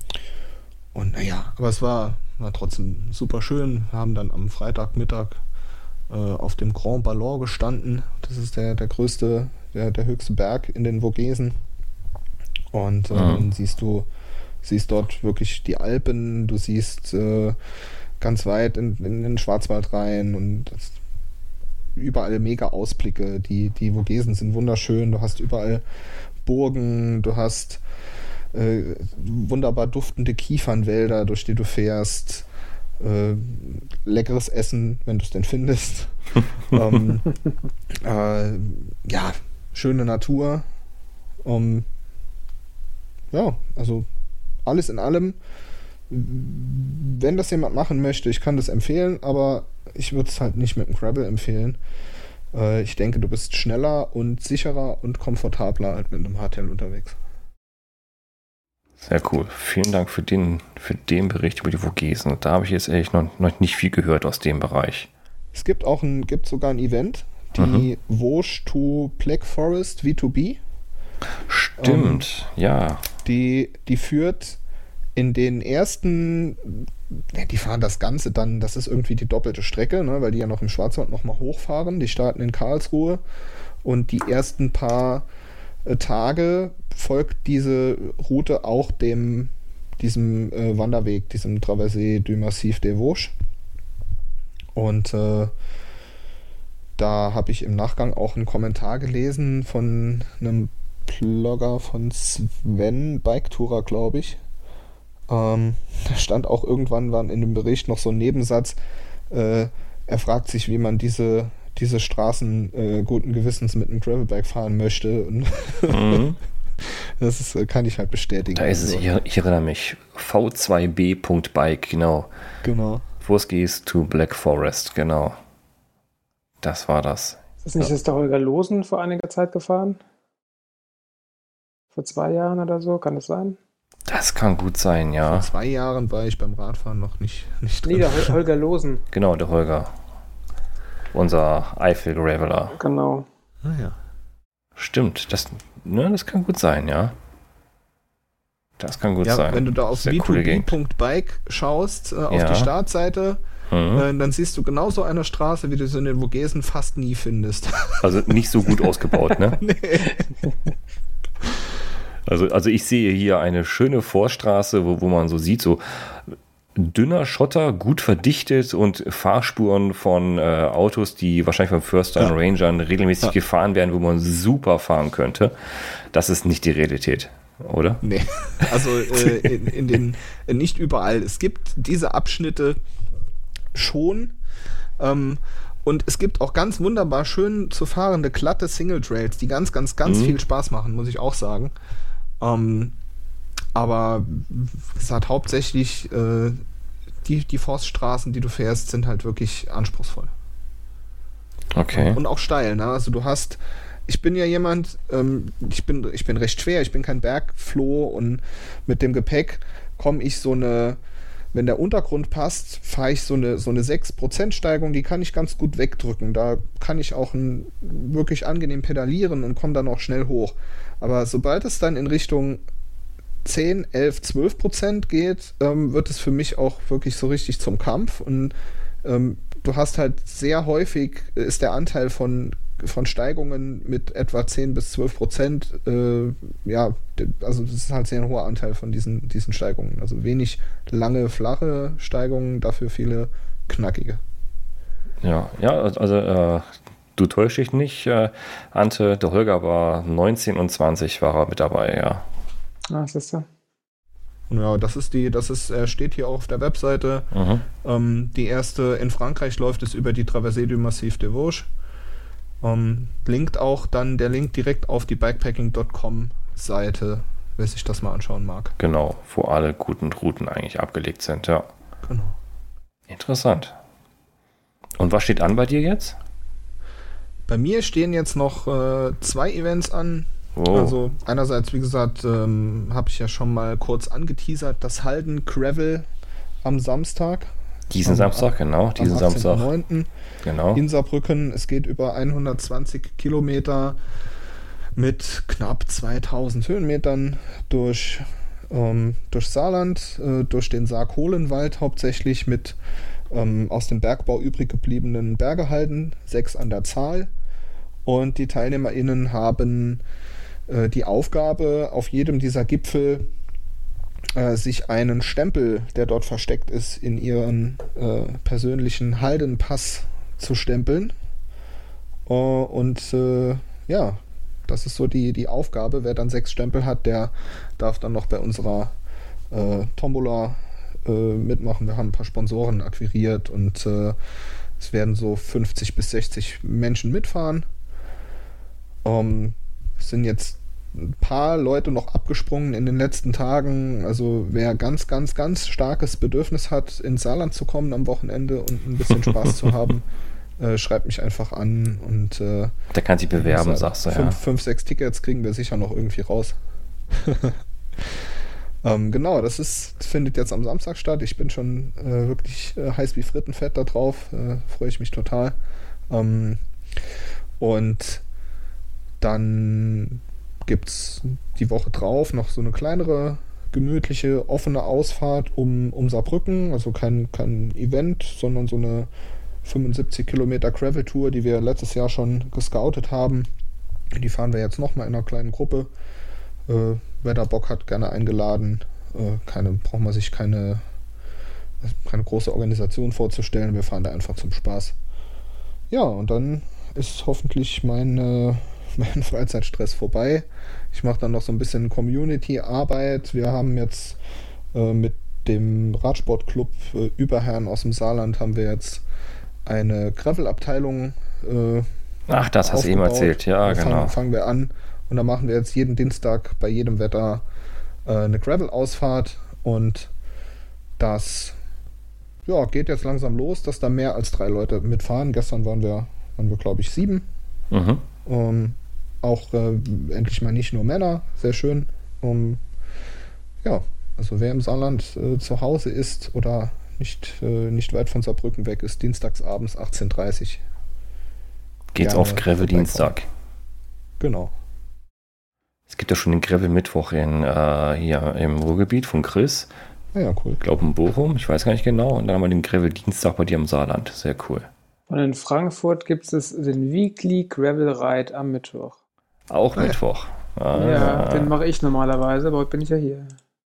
und naja, aber es war, war trotzdem super schön. Wir haben dann am Freitagmittag äh, auf dem Grand Ballon gestanden. Das ist der, der größte, der, der höchste Berg in den Vogesen. Und äh, Mhm. dann siehst du, siehst dort wirklich die Alpen, du siehst äh, ganz weit in, in den Schwarzwald rein und das, überall mega Ausblicke. Die, die Vogesen sind wunderschön, du hast überall Burgen, du hast äh, wunderbar duftende Kiefernwälder, durch die du fährst, äh, leckeres Essen, wenn du es denn findest. ähm, äh, ja, schöne Natur. Um, ja, also alles in allem, wenn das jemand machen möchte, ich kann das empfehlen, aber ich würde es halt nicht mit dem Gravel empfehlen. Äh, ich denke, du bist schneller und sicherer und komfortabler als mit einem Hardtail unterwegs. Sehr cool. Vielen Dank für den, für den Bericht über die Vogesen. Da habe ich jetzt ehrlich noch, noch nicht viel gehört aus dem Bereich. Es gibt auch ein, gibt sogar ein Event, die mhm. Vosges to Black Forest V zwei B. Stimmt, ähm, ja. Die, die führt in den ersten ja, die fahren das Ganze dann, das ist irgendwie die doppelte Strecke, ne, weil die ja noch im Schwarzwald nochmal hochfahren. Die starten in Karlsruhe und die ersten paar äh, Tage folgt diese Route auch dem diesem äh, Wanderweg, diesem Traversée du Massif des Vosges. Und äh, da habe ich im Nachgang auch einen Kommentar gelesen von einem Blogger von Sven, Biketourer, glaube ich. Ähm, da stand auch irgendwann war in dem Bericht noch so ein Nebensatz, äh, er fragt sich, wie man diese, diese Straßen äh, guten Gewissens mit einem Gravelbike fahren möchte. Und mhm. Das ist, kann ich halt bestätigen. Da ist es, ich, ich erinnere mich, v zwei b punkt bike, genau. Genau. Furskis to Black Forest, genau. Das war das. Ist das nicht, ja. Ist der Holger Losen vor einiger Zeit gefahren? Vor zwei Jahren oder so, kann das sein? Das kann gut sein, ja. Vor zwei Jahren war ich beim Radfahren noch nicht, nicht drin. Nee, der Hol- Holger Losen. Genau, der Holger. Unser Eifel-Graveler. Genau. Ah ja. Stimmt, das, ne, das kann gut sein, ja. Das kann gut ja, sein. Wenn du da auf v zwei b punkt bike schaust, äh, auf ja. die Startseite, mhm. äh, dann siehst du genauso eine Straße, wie du sie in den Vogesen fast nie findest. Also nicht so gut ausgebaut, ne? Nee. Also, also ich sehe hier eine schöne Vorstraße, wo, wo man so sieht, so dünner Schotter, gut verdichtet und Fahrspuren von äh, Autos, die wahrscheinlich von Förstern, ja. Rangern regelmäßig ja. gefahren werden, wo man super fahren könnte. Das ist nicht die Realität, oder? Nee, also äh, in, in den, nicht überall. Es gibt diese Abschnitte schon, ähm, und es gibt auch ganz wunderbar schön zu fahrende, glatte Single-Trails, die ganz, ganz, ganz mhm. viel Spaß machen, muss ich auch sagen. Ähm, aber es hat hauptsächlich äh, die, die Forststraßen, die du fährst, sind halt wirklich anspruchsvoll. Okay. Und, und auch steil, ne? Also du hast, ich bin ja jemand, ähm, ich bin, ich bin recht schwer, ich bin kein Bergfloh und mit dem Gepäck komme ich so eine, wenn der Untergrund passt, fahre ich so eine, so eine sechs Prozent Steigung, die kann ich ganz gut wegdrücken. Da kann ich auch ein, wirklich angenehm pedalieren und komme dann auch schnell hoch. Aber sobald es dann in Richtung zehn, elf, zwölf Prozent geht, ähm, wird es für mich auch wirklich so richtig zum Kampf. Und ähm, du hast halt sehr häufig, ist der Anteil von, von Steigungen mit etwa zehn bis zwölf Prozent, äh, ja, also das ist halt sehr ein hoher Anteil von diesen, diesen Steigungen. Also wenig lange, flache Steigungen, dafür viele knackige. Ja, ja, also äh, du täuschst dich nicht, äh, Ante, der Holger war neunzehn und zwanzig war er mit dabei, ja. Ah, das ist ja. Ja, das ist die, das ist, äh, steht hier auch auf der Webseite. Mhm. Ähm, die erste, in Frankreich läuft es über die Traversée du Massif des Vosges. Ähm, linkt auch dann der Link direkt auf die bikepacking Punkt com Seite, wer sich das mal anschauen mag. Genau, wo alle guten Routen eigentlich abgelegt sind, ja. Genau. Interessant. Und was steht an bei dir jetzt? Bei mir stehen jetzt noch äh, zwei Events an. Oh. Also einerseits, wie gesagt, ähm, habe ich ja schon mal kurz angeteasert, das Halden Gravel am Samstag. Diesen am, Samstag, genau, diesen Samstag. neunten Genau. In Saarbrücken. Es geht über hundertzwanzig Kilometer mit knapp zweitausend Höhenmetern durch, ähm, durch Saarland, äh, durch den Saar-Kohlenwald hauptsächlich mit ähm, aus dem Bergbau übrig gebliebenen Bergehalden, sechs an der Zahl. Und die TeilnehmerInnen haben äh, die Aufgabe, auf jedem dieser Gipfel äh, sich einen Stempel, der dort versteckt ist, in ihren äh, persönlichen Haldenpass zu stempeln. Uh, und äh, ja, das ist so die, die Aufgabe. Wer dann sechs Stempel hat, der darf dann noch bei unserer äh, Tombola äh, mitmachen. Wir haben ein paar Sponsoren akquiriert und äh, es werden so fünfzig bis sechzig Menschen mitfahren. Um, es sind jetzt ein paar Leute noch abgesprungen in den letzten Tagen. Also wer ganz, ganz, ganz starkes Bedürfnis hat, ins Saarland zu kommen am Wochenende und ein bisschen Spaß zu haben, äh, schreibt mich einfach an. Und äh, der kann sich bewerben, also, sagst du, fünf, ja. Fünf, sechs Tickets kriegen wir sicher noch irgendwie raus. ähm, genau, das ist, das findet jetzt am Samstag statt. Ich bin schon äh, wirklich äh, heiß wie Frittenfett da drauf. Äh, freue ich mich total. Ähm, und dann gibt es die Woche drauf noch so eine kleinere gemütliche, offene Ausfahrt um, um Saarbrücken, also kein, kein Event, sondern so eine fünfundsiebzig Kilometer Gravel-Tour, die wir letztes Jahr schon gescoutet haben. Die fahren wir jetzt nochmal in einer kleinen Gruppe. Äh, wer da Bock hat, gerne eingeladen. Äh, keine, braucht man sich keine, keine große Organisation vorzustellen. Wir fahren da einfach zum Spaß. Ja, und dann ist hoffentlich mein, äh, mein Freizeitstress vorbei. Ich mache dann noch so ein bisschen Community-Arbeit. Wir haben jetzt äh, mit dem Radsportclub äh, Überherrn aus dem Saarland haben wir jetzt eine Gravel-Abteilung äh, Ach, das hast du eben erzählt, ja, da genau. Fangen, fangen wir an und da machen wir jetzt jeden Dienstag bei jedem Wetter äh, eine Gravel-Ausfahrt und das ja, geht jetzt langsam los, dass da mehr als drei Leute mitfahren. Gestern waren wir, waren wir glaube ich, sieben. Mhm. Um, auch äh, endlich mal nicht nur Männer, sehr schön. Um, ja, also wer im Saarland äh, zu Hause ist oder nicht, äh, nicht weit von Saarbrücken weg ist, dienstags abends achtzehn Uhr dreißig. Geht's auf Gravel-Dienstag. Genau. Es gibt ja schon den Gravel-Mittwoch in, äh, hier im Ruhrgebiet von Chris. Ah ja, cool. Ich glaube in Bochum, ich weiß gar nicht genau. Und dann haben wir den Gravel-Dienstag bei dir im Saarland. Sehr cool. Und in Frankfurt gibt es den Weekly Gravel Ride am Mittwoch. Auch Ah, ja. Mittwoch. Ah. Ja, den mache ich normalerweise, aber heute bin ich ja hier.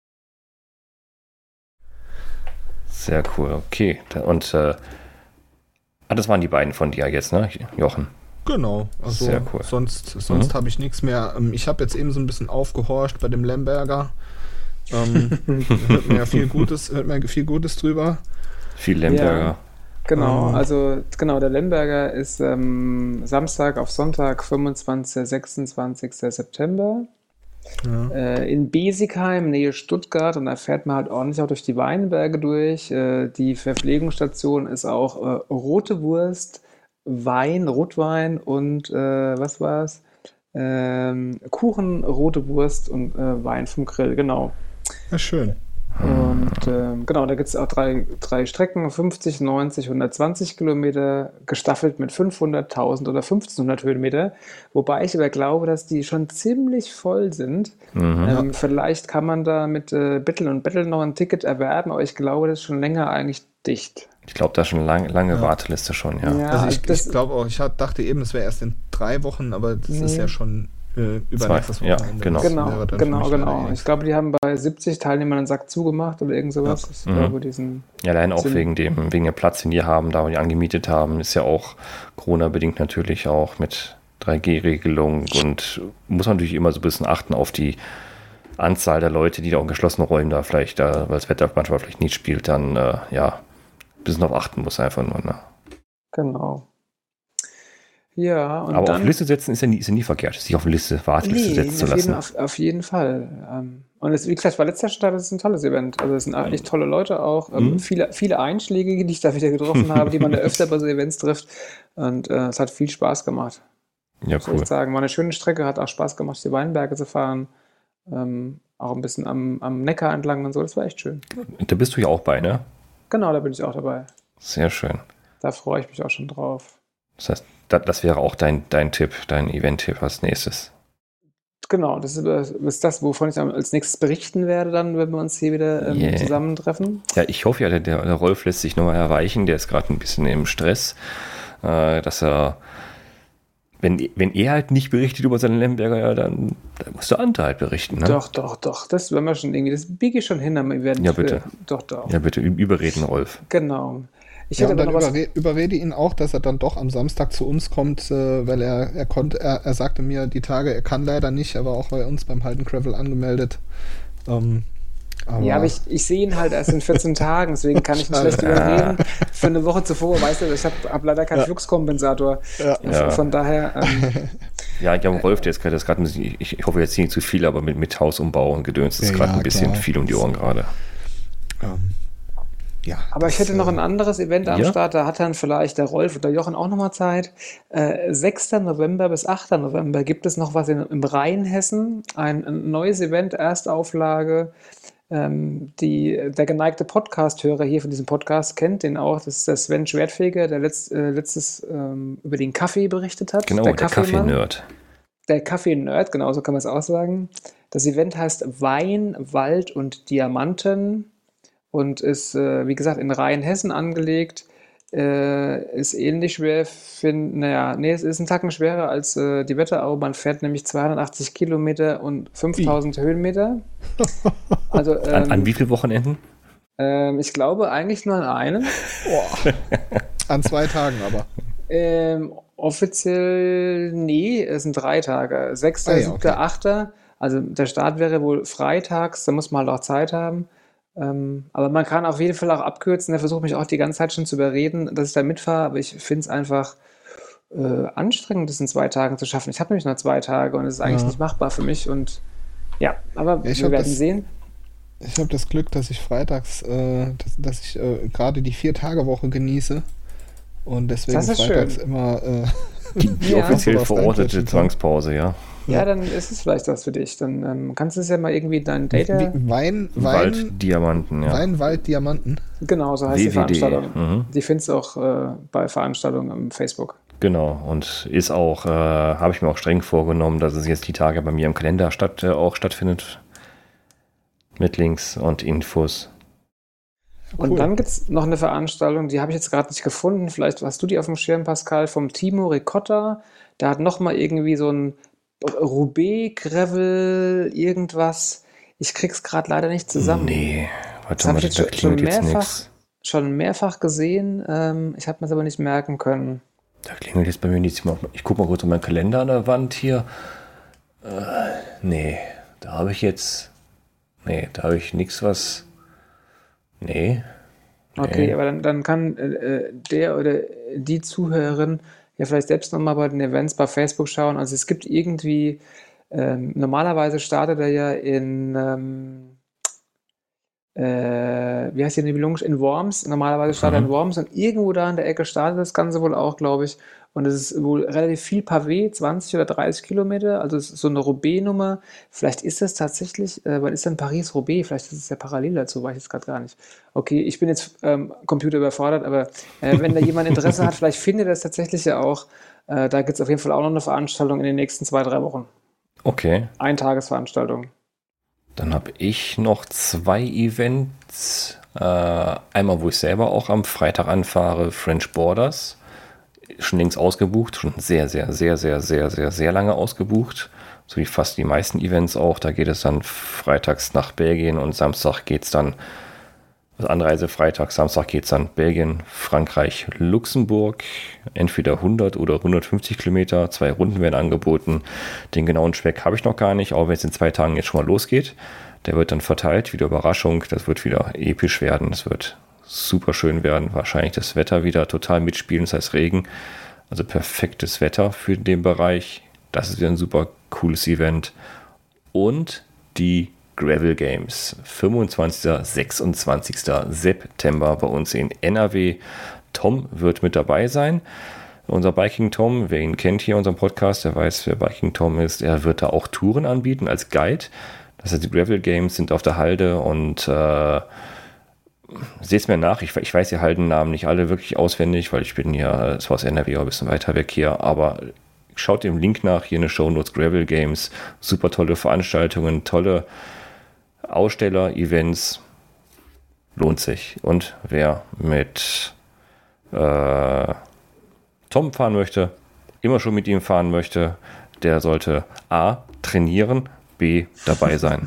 Sehr cool, okay. Und äh, ah, das waren die beiden von dir jetzt, ne, Jochen? Genau, also Sehr cool. sonst, sonst Mhm. habe ich nichts mehr. Ähm, Ich habe jetzt eben so ein bisschen aufgehorcht bei dem Lemberger. Ähm, hört mir ja viel Gutes, hört mir viel Gutes drüber. Viel Lemberger. Genau, Ähm. also genau, der Lemberger ist ähm, Samstag auf Sonntag, fünfundzwanzigsten sechsundzwanzigsten September. Ja. Äh, in Besigheim, Nähe Stuttgart, und da fährt man halt ordentlich auch durch die Weinberge durch. Äh, die Verpflegungsstation ist auch äh, rote Wurst, Wein, Rotwein und äh, was war's? Ähm, Kuchen, rote Wurst und äh, Wein vom Grill, genau. Ja, schön. Und ähm, genau, da gibt es auch drei, drei Strecken, fünfzig, neunzig, hundertzwanzig Kilometer, gestaffelt mit fünfhundert, tausend oder fünfzehnhundert Höhenmeter. Wobei ich aber glaube, dass die schon ziemlich voll sind. Mhm. Ähm, vielleicht kann man da mit äh, Bittel und Battle noch ein Ticket erwerben, aber ich glaube, das ist schon länger eigentlich dicht. Ich glaube, da schon lang, lange Ja. Warteliste schon, ja. Ja, Also ich, das- ich glaube auch, ich hat- dachte eben, es wäre erst in drei Wochen, aber das Nee. ist ja schon äh, über Zwei, nächstes ja, Wochenende. genau. Das Genau, wäre dann für genau, mich genau. leider Ich glaube, die haben bei siebzig Teilnehmern einen Sack zugemacht oder irgend sowas. Ich Mhm. glaube, diesen. Ja, allein auch Sind- wegen dem, wegen dem Platz, den die haben, da wo die angemietet haben, ist ja auch Corona-bedingt natürlich auch mit drei G Regelung und muss man natürlich immer so ein bisschen achten auf die Anzahl der Leute, die da auch in geschlossenen Räumen da vielleicht, da, weil das Wetter manchmal vielleicht nicht spielt, dann äh, ja, ein bisschen darauf achten muss einfach nur. Ne? Genau. Ja, und Aber dann. auf Liste setzen ist ja nie, ist ja nie verkehrt, sich auf eine Liste, Warteliste Nee, setzen zu auf jeden, lassen. auf, auf jeden Fall. Ähm, und es, wie gesagt, war letzter Start, das ist ein tolles Event. Also es sind echt tolle Leute auch. Ähm, Mhm. viele, viele Einschläge, die ich da wieder getroffen habe, die man da öfter bei so Events trifft. Und äh, es hat viel Spaß gemacht. Ja, Muss ich cool. echt sagen. War eine schöne Strecke, hat auch Spaß gemacht, die Weinberge zu fahren. Ähm, auch ein bisschen am, am Neckar entlang und so. Das war echt schön. Da bist du ja auch bei, ne? Genau, da bin ich auch dabei. Sehr schön. Da freue ich mich auch schon drauf. Das heißt, da, das wäre auch dein, dein Tipp, dein Event-Tipp als nächstes. Genau, das ist, das ist das, wovon ich als nächstes berichten werde, dann, wenn wir uns hier wieder ähm, Yeah. zusammentreffen. Ja, ich hoffe ja, der, der Rolf lässt sich nochmal erreichen. Der ist gerade ein bisschen im Stress, äh, dass er, wenn, wenn er halt nicht berichtet über seinen Lemberger, ja, dann, dann muss der andere halt berichten. Ne? Doch, doch, doch. Das werden wir schon irgendwie, das biege ich schon hin am Event. Ja, bitte. Doch, doch. Ja, bitte ü- überreden, Rolf. Genau. Ich Ja, hätte und aber dann noch was. überre überrede ihn auch, dass er dann doch am Samstag zu uns kommt, äh, weil er, er konnte, er, er sagte mir die Tage, er kann leider nicht, er war auch bei uns beim Halden Gravel angemeldet. Ähm, aber Ja, aber ich, ich sehe ihn halt erst in vierzehn Tagen, deswegen kann ich ihn schlecht überreden. Für eine Woche zuvor, weißt du, ich habe hab leider keinen Ja. Fluxkompensator. Ja. Ja. Von daher, ähm, Ja, ja, Rolf, der ist gerade, das ist gerade ein bisschen- ich, ich hoffe jetzt nicht zu viel, aber mit, mit Hausumbau und Gedöns ist Ja, gerade ja, ein bisschen klar. viel um die Ohren gerade. ähm, ja, aber ich das, hätte noch äh, ein anderes Event am ja? Start, da hat dann vielleicht der Rolf oder Jochen auch nochmal Zeit. Äh, sechsten November bis achten November gibt es noch was in, im Rheinhessen, ein, ein neues Event, Erstauflage. Ähm, die, der geneigte Podcast-Hörer hier von diesem Podcast kennt den auch. Das ist der Sven Schwertfeger, der letzt, äh, letztes ähm, über den Kaffee berichtet hat. Genau, der, Kaffeemann. Kaffee-Nerd. der Kaffee-Nerd, genauso kann man es auch sagen. Das Event heißt Wein, Wald und Diamanten und ist, äh, wie gesagt, in Rheinhessen angelegt. Äh, ist ähnlich schwer, find, naja, nee, es ist ein Tacken schwerer als äh, die Wetterau. Man fährt nämlich zweihundertachtzig Kilometer und fünftausend Höhenmeter. Also, ähm, an, an wie vielen Wochenenden? Ähm, ich glaube eigentlich nur an einem. Boah. An zwei Tagen aber. Ähm, offiziell, nee, es sind drei Tage. Sechster, Ah ja, siebter, okay. achter. Also der Start wäre wohl freitags, da muss man halt auch Zeit haben. Ähm, aber man kann auf jeden Fall auch abkürzen. Er versucht mich auch die ganze Zeit schon zu überreden, dass ich da mitfahre, aber ich finde es einfach äh, anstrengend, das in zwei Tagen zu schaffen. Ich habe nämlich nur zwei Tage und es ist eigentlich Ja. nicht machbar für mich. Und ja, aber Ja, ich wir hab werden das- sehen. Ich habe das Glück, dass ich freitags, äh, dass, dass ich äh, gerade die Vier-Tage-Woche genieße und deswegen Das ist freitags schön. immer äh, Die, die Ja. offiziell Auf verordnete Steinplättchen. Zwangspause, ja. Ja, dann ist es vielleicht was für dich. Dann ähm, kannst du es ja mal irgendwie dein Data. Wie- Wein, Wein, Walddiamanten, ja. Wein, Wald, Diamanten. Genau, so heißt die W W D. Veranstaltung. Mhm. Die findest du auch äh, bei Veranstaltungen am Facebook. Genau, und ist auch, äh, habe ich mir auch streng vorgenommen, dass es jetzt die Tage bei mir im Kalender statt, äh, auch stattfindet. Mit Links und Infos. Und Cool. dann gibt es noch eine Veranstaltung, die habe ich jetzt gerade nicht gefunden. Vielleicht hast du die auf dem Schirm, Pascal, vom Timo Ricotta. Der hat nochmal irgendwie so ein Roubaix, Gravel, irgendwas. Ich krieg's gerade leider nicht zusammen. Nee, Das warte habe mal, ich jetzt da schon, klingelt schon, jetzt mehrfach, nichts. schon mehrfach gesehen. Ähm, ich habe mir es aber nicht merken können. Da klingelt jetzt bei mir nichts mehr. Ich gucke mal kurz auf meinen Kalender an der Wand hier. Äh, nee, da habe ich jetzt. Nee, da habe ich nichts, was. Nee. Okay, Nee. aber dann, dann kann äh, der oder die Zuhörerin ja vielleicht selbst nochmal bei den Events bei Facebook schauen. Also es gibt irgendwie, ähm, normalerweise startet er ja in, ähm, äh, wie heißt die Nibelunge? In Worms. Normalerweise startet er in Mhm. Worms und irgendwo da in der Ecke startet das Ganze wohl auch, glaube ich. Und es ist wohl relativ viel Pavé, zwanzig oder dreißig Kilometer. Also es ist so eine Roubaix-Nummer. Vielleicht ist es tatsächlich, äh, wann ist denn Paris-Roubaix? Vielleicht ist es ja parallel dazu, weiß ich jetzt gerade gar nicht. Okay, ich bin jetzt ähm, Computer überfordert, aber äh, wenn da jemand Interesse hat, vielleicht findet er es tatsächlich ja auch. Äh, da gibt es auf jeden Fall auch noch eine Veranstaltung in den nächsten zwei, drei Wochen. Okay. Eintagesveranstaltung. Dann habe ich noch zwei Events. Äh, einmal, wo ich selber auch am Freitag anfahre, French Borders. Schon längst ausgebucht, schon sehr, sehr, sehr, sehr, sehr, sehr, sehr lange ausgebucht. So wie fast die meisten Events auch. Da geht es dann freitags nach Belgien und Samstag geht es dann, also Anreise Freitag, Samstag geht es dann Belgien, Frankreich, Luxemburg. Entweder hundert oder hundertfünfzig Kilometer. Zwei Runden werden angeboten. Den genauen Speck habe ich noch gar nicht, auch wenn es in zwei Tagen jetzt schon mal losgeht. Der wird dann verteilt, wieder Überraschung. Das wird wieder episch werden. Das wird super schön werden. Wahrscheinlich das Wetter wieder total mitspielen, das heißt Regen. Also perfektes Wetter für den Bereich. Das ist wieder ein super cooles Event. Und die Gravel Games. fünfundzwanzigsten, sechsundzwanzigsten September bei uns in N R W. Tom wird mit dabei sein. Unser Biking Tom, wer ihn kennt hier in unserem Podcast, der weiß, wer Biking Tom ist. Er wird da auch Touren anbieten als Guide. Das heißt, die Gravel Games sind auf der Halde und äh, seht es mir nach. Ich, ich weiß die Haldennamen nicht alle wirklich auswendig, weil ich bin ja zwar aus N R W, aber ein bisschen weiter weg hier. Aber schaut dem Link nach, hier in den Shownotes, Gravel Games. Super tolle Veranstaltungen, tolle Aussteller, Events. Lohnt sich. Und wer mit äh, Tom fahren möchte, immer schon mit ihm fahren möchte, der sollte A, trainieren, B, dabei sein.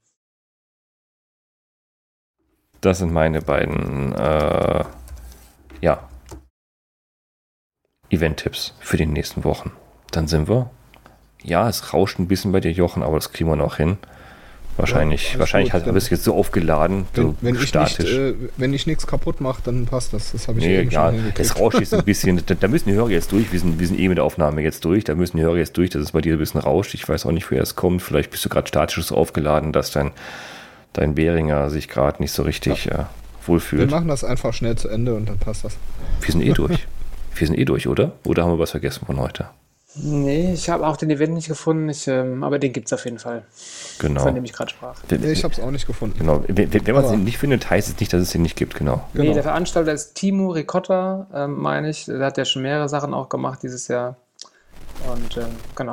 Das sind meine beiden äh, ja, Event-Tipps für die nächsten Wochen. Dann sind wir. Ja, es rauscht ein bisschen bei dir, Jochen, aber das kriegen wir noch hin. Wahrscheinlich, Ja, wahrscheinlich gut, hat, bist du jetzt so aufgeladen, Wenn, so wenn, ich nicht, statisch. äh, wenn ich nichts kaputt mache, dann passt das. Das habe ich Nee, eben ja, schon hingekriegt. es rauscht jetzt ein bisschen. Da, da müssen die Hörer jetzt durch. Wir sind, wir sind eh mit der Aufnahme jetzt durch. Da müssen die Hörer jetzt durch, dass es bei dir ein bisschen rauscht. Ich weiß auch nicht, woher es kommt. Vielleicht bist du gerade statisch so aufgeladen, dass dein, dein Behringer sich gerade nicht so richtig ja. äh, Wir wohlfühlt. machen das einfach schnell zu Ende und dann passt das. Wir sind eh durch. Wir sind eh durch, oder? Oder haben wir was vergessen von heute? Nee, ich habe auch den Event nicht gefunden, ich, ähm, aber den gibt es auf jeden Fall, Genau. von dem ich gerade sprach. Wenn, Nee, ich habe es auch nicht gefunden. genau. Wenn, wenn man es Aber- nicht findet, heißt es nicht, dass es den nicht gibt. Genau. Nee, Genau. der Veranstalter ist Timo Ricotta, ähm, meine ich. Der hat ja schon mehrere Sachen auch gemacht dieses Jahr. Und ähm, genau.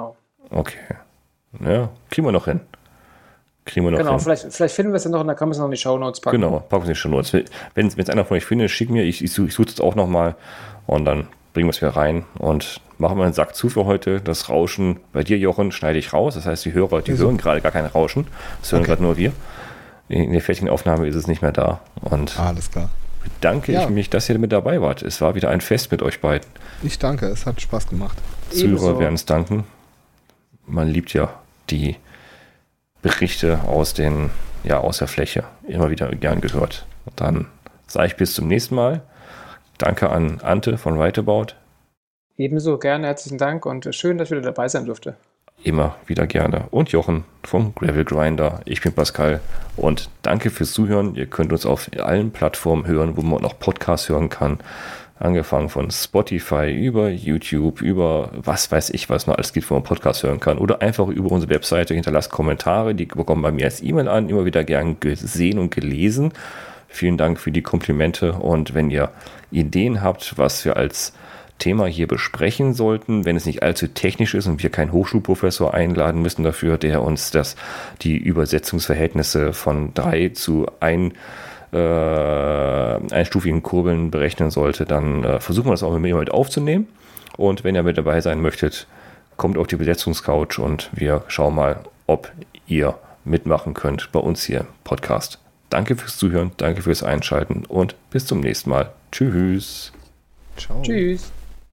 Okay. Ja, kriegen wir noch hin. Kriegen wir noch genau, hin. vielleicht, vielleicht finden wir es ja noch und dann kann man es noch in die Shownotes packen. Genau, packen wir es in die Shownotes. Wenn es einer von euch findet, schick mir, ich, ich, suche, ich suche es auch nochmal und dann bringen wir es wieder rein und machen wir einen Sack zu für heute. Das Rauschen bei dir, Jochen, schneide ich raus. Das heißt, die Hörer, die Also. hören gerade gar kein Rauschen. Das hören Okay. gerade nur wir. In der fertigen Aufnahme ist es nicht mehr da. Und Alles klar. bedanke Ja. ich mich, dass ihr mit dabei wart. Es war wieder ein Fest mit euch beiden. Ich danke, es hat Spaß gemacht. Ebenso. Zuhörer werden es danken. Man liebt ja die Berichte aus, den, ja, aus der Fläche. Immer wieder gern gehört. Und dann sage ich bis zum nächsten Mal. Danke an Ante von Weitebaut. Ebenso, gerne, herzlichen Dank und schön, dass ich wieder dabei sein durfte. Immer wieder gerne. Und Jochen vom Gravel Grinder. Ich bin Pascal und danke fürs Zuhören. Ihr könnt uns auf allen Plattformen hören, wo man auch Podcasts hören kann. Angefangen von Spotify, über YouTube, über was weiß ich, was noch alles gibt, wo man Podcasts hören kann. Oder einfach über unsere Webseite. Hinterlasst Kommentare, die bekommen bei mir als E-Mail an. Immer wieder gern gesehen und gelesen. Vielen Dank für die Komplimente. Und wenn ihr Ideen habt, was wir als Thema hier besprechen sollten, wenn es nicht allzu technisch ist und wir keinen Hochschulprofessor einladen müssen dafür, der uns das, die Übersetzungsverhältnisse von drei zu ein, äh, einstufigen Kurbeln berechnen sollte, dann äh, versuchen wir das auch mit mir mit aufzunehmen. Und wenn ihr mit dabei sein möchtet, kommt auf die Besetzungscouch und wir schauen mal, ob ihr mitmachen könnt bei uns hier im Podcast. Danke fürs Zuhören, danke fürs Einschalten und bis zum nächsten Mal. Tschüss. Ciao. Tschüss.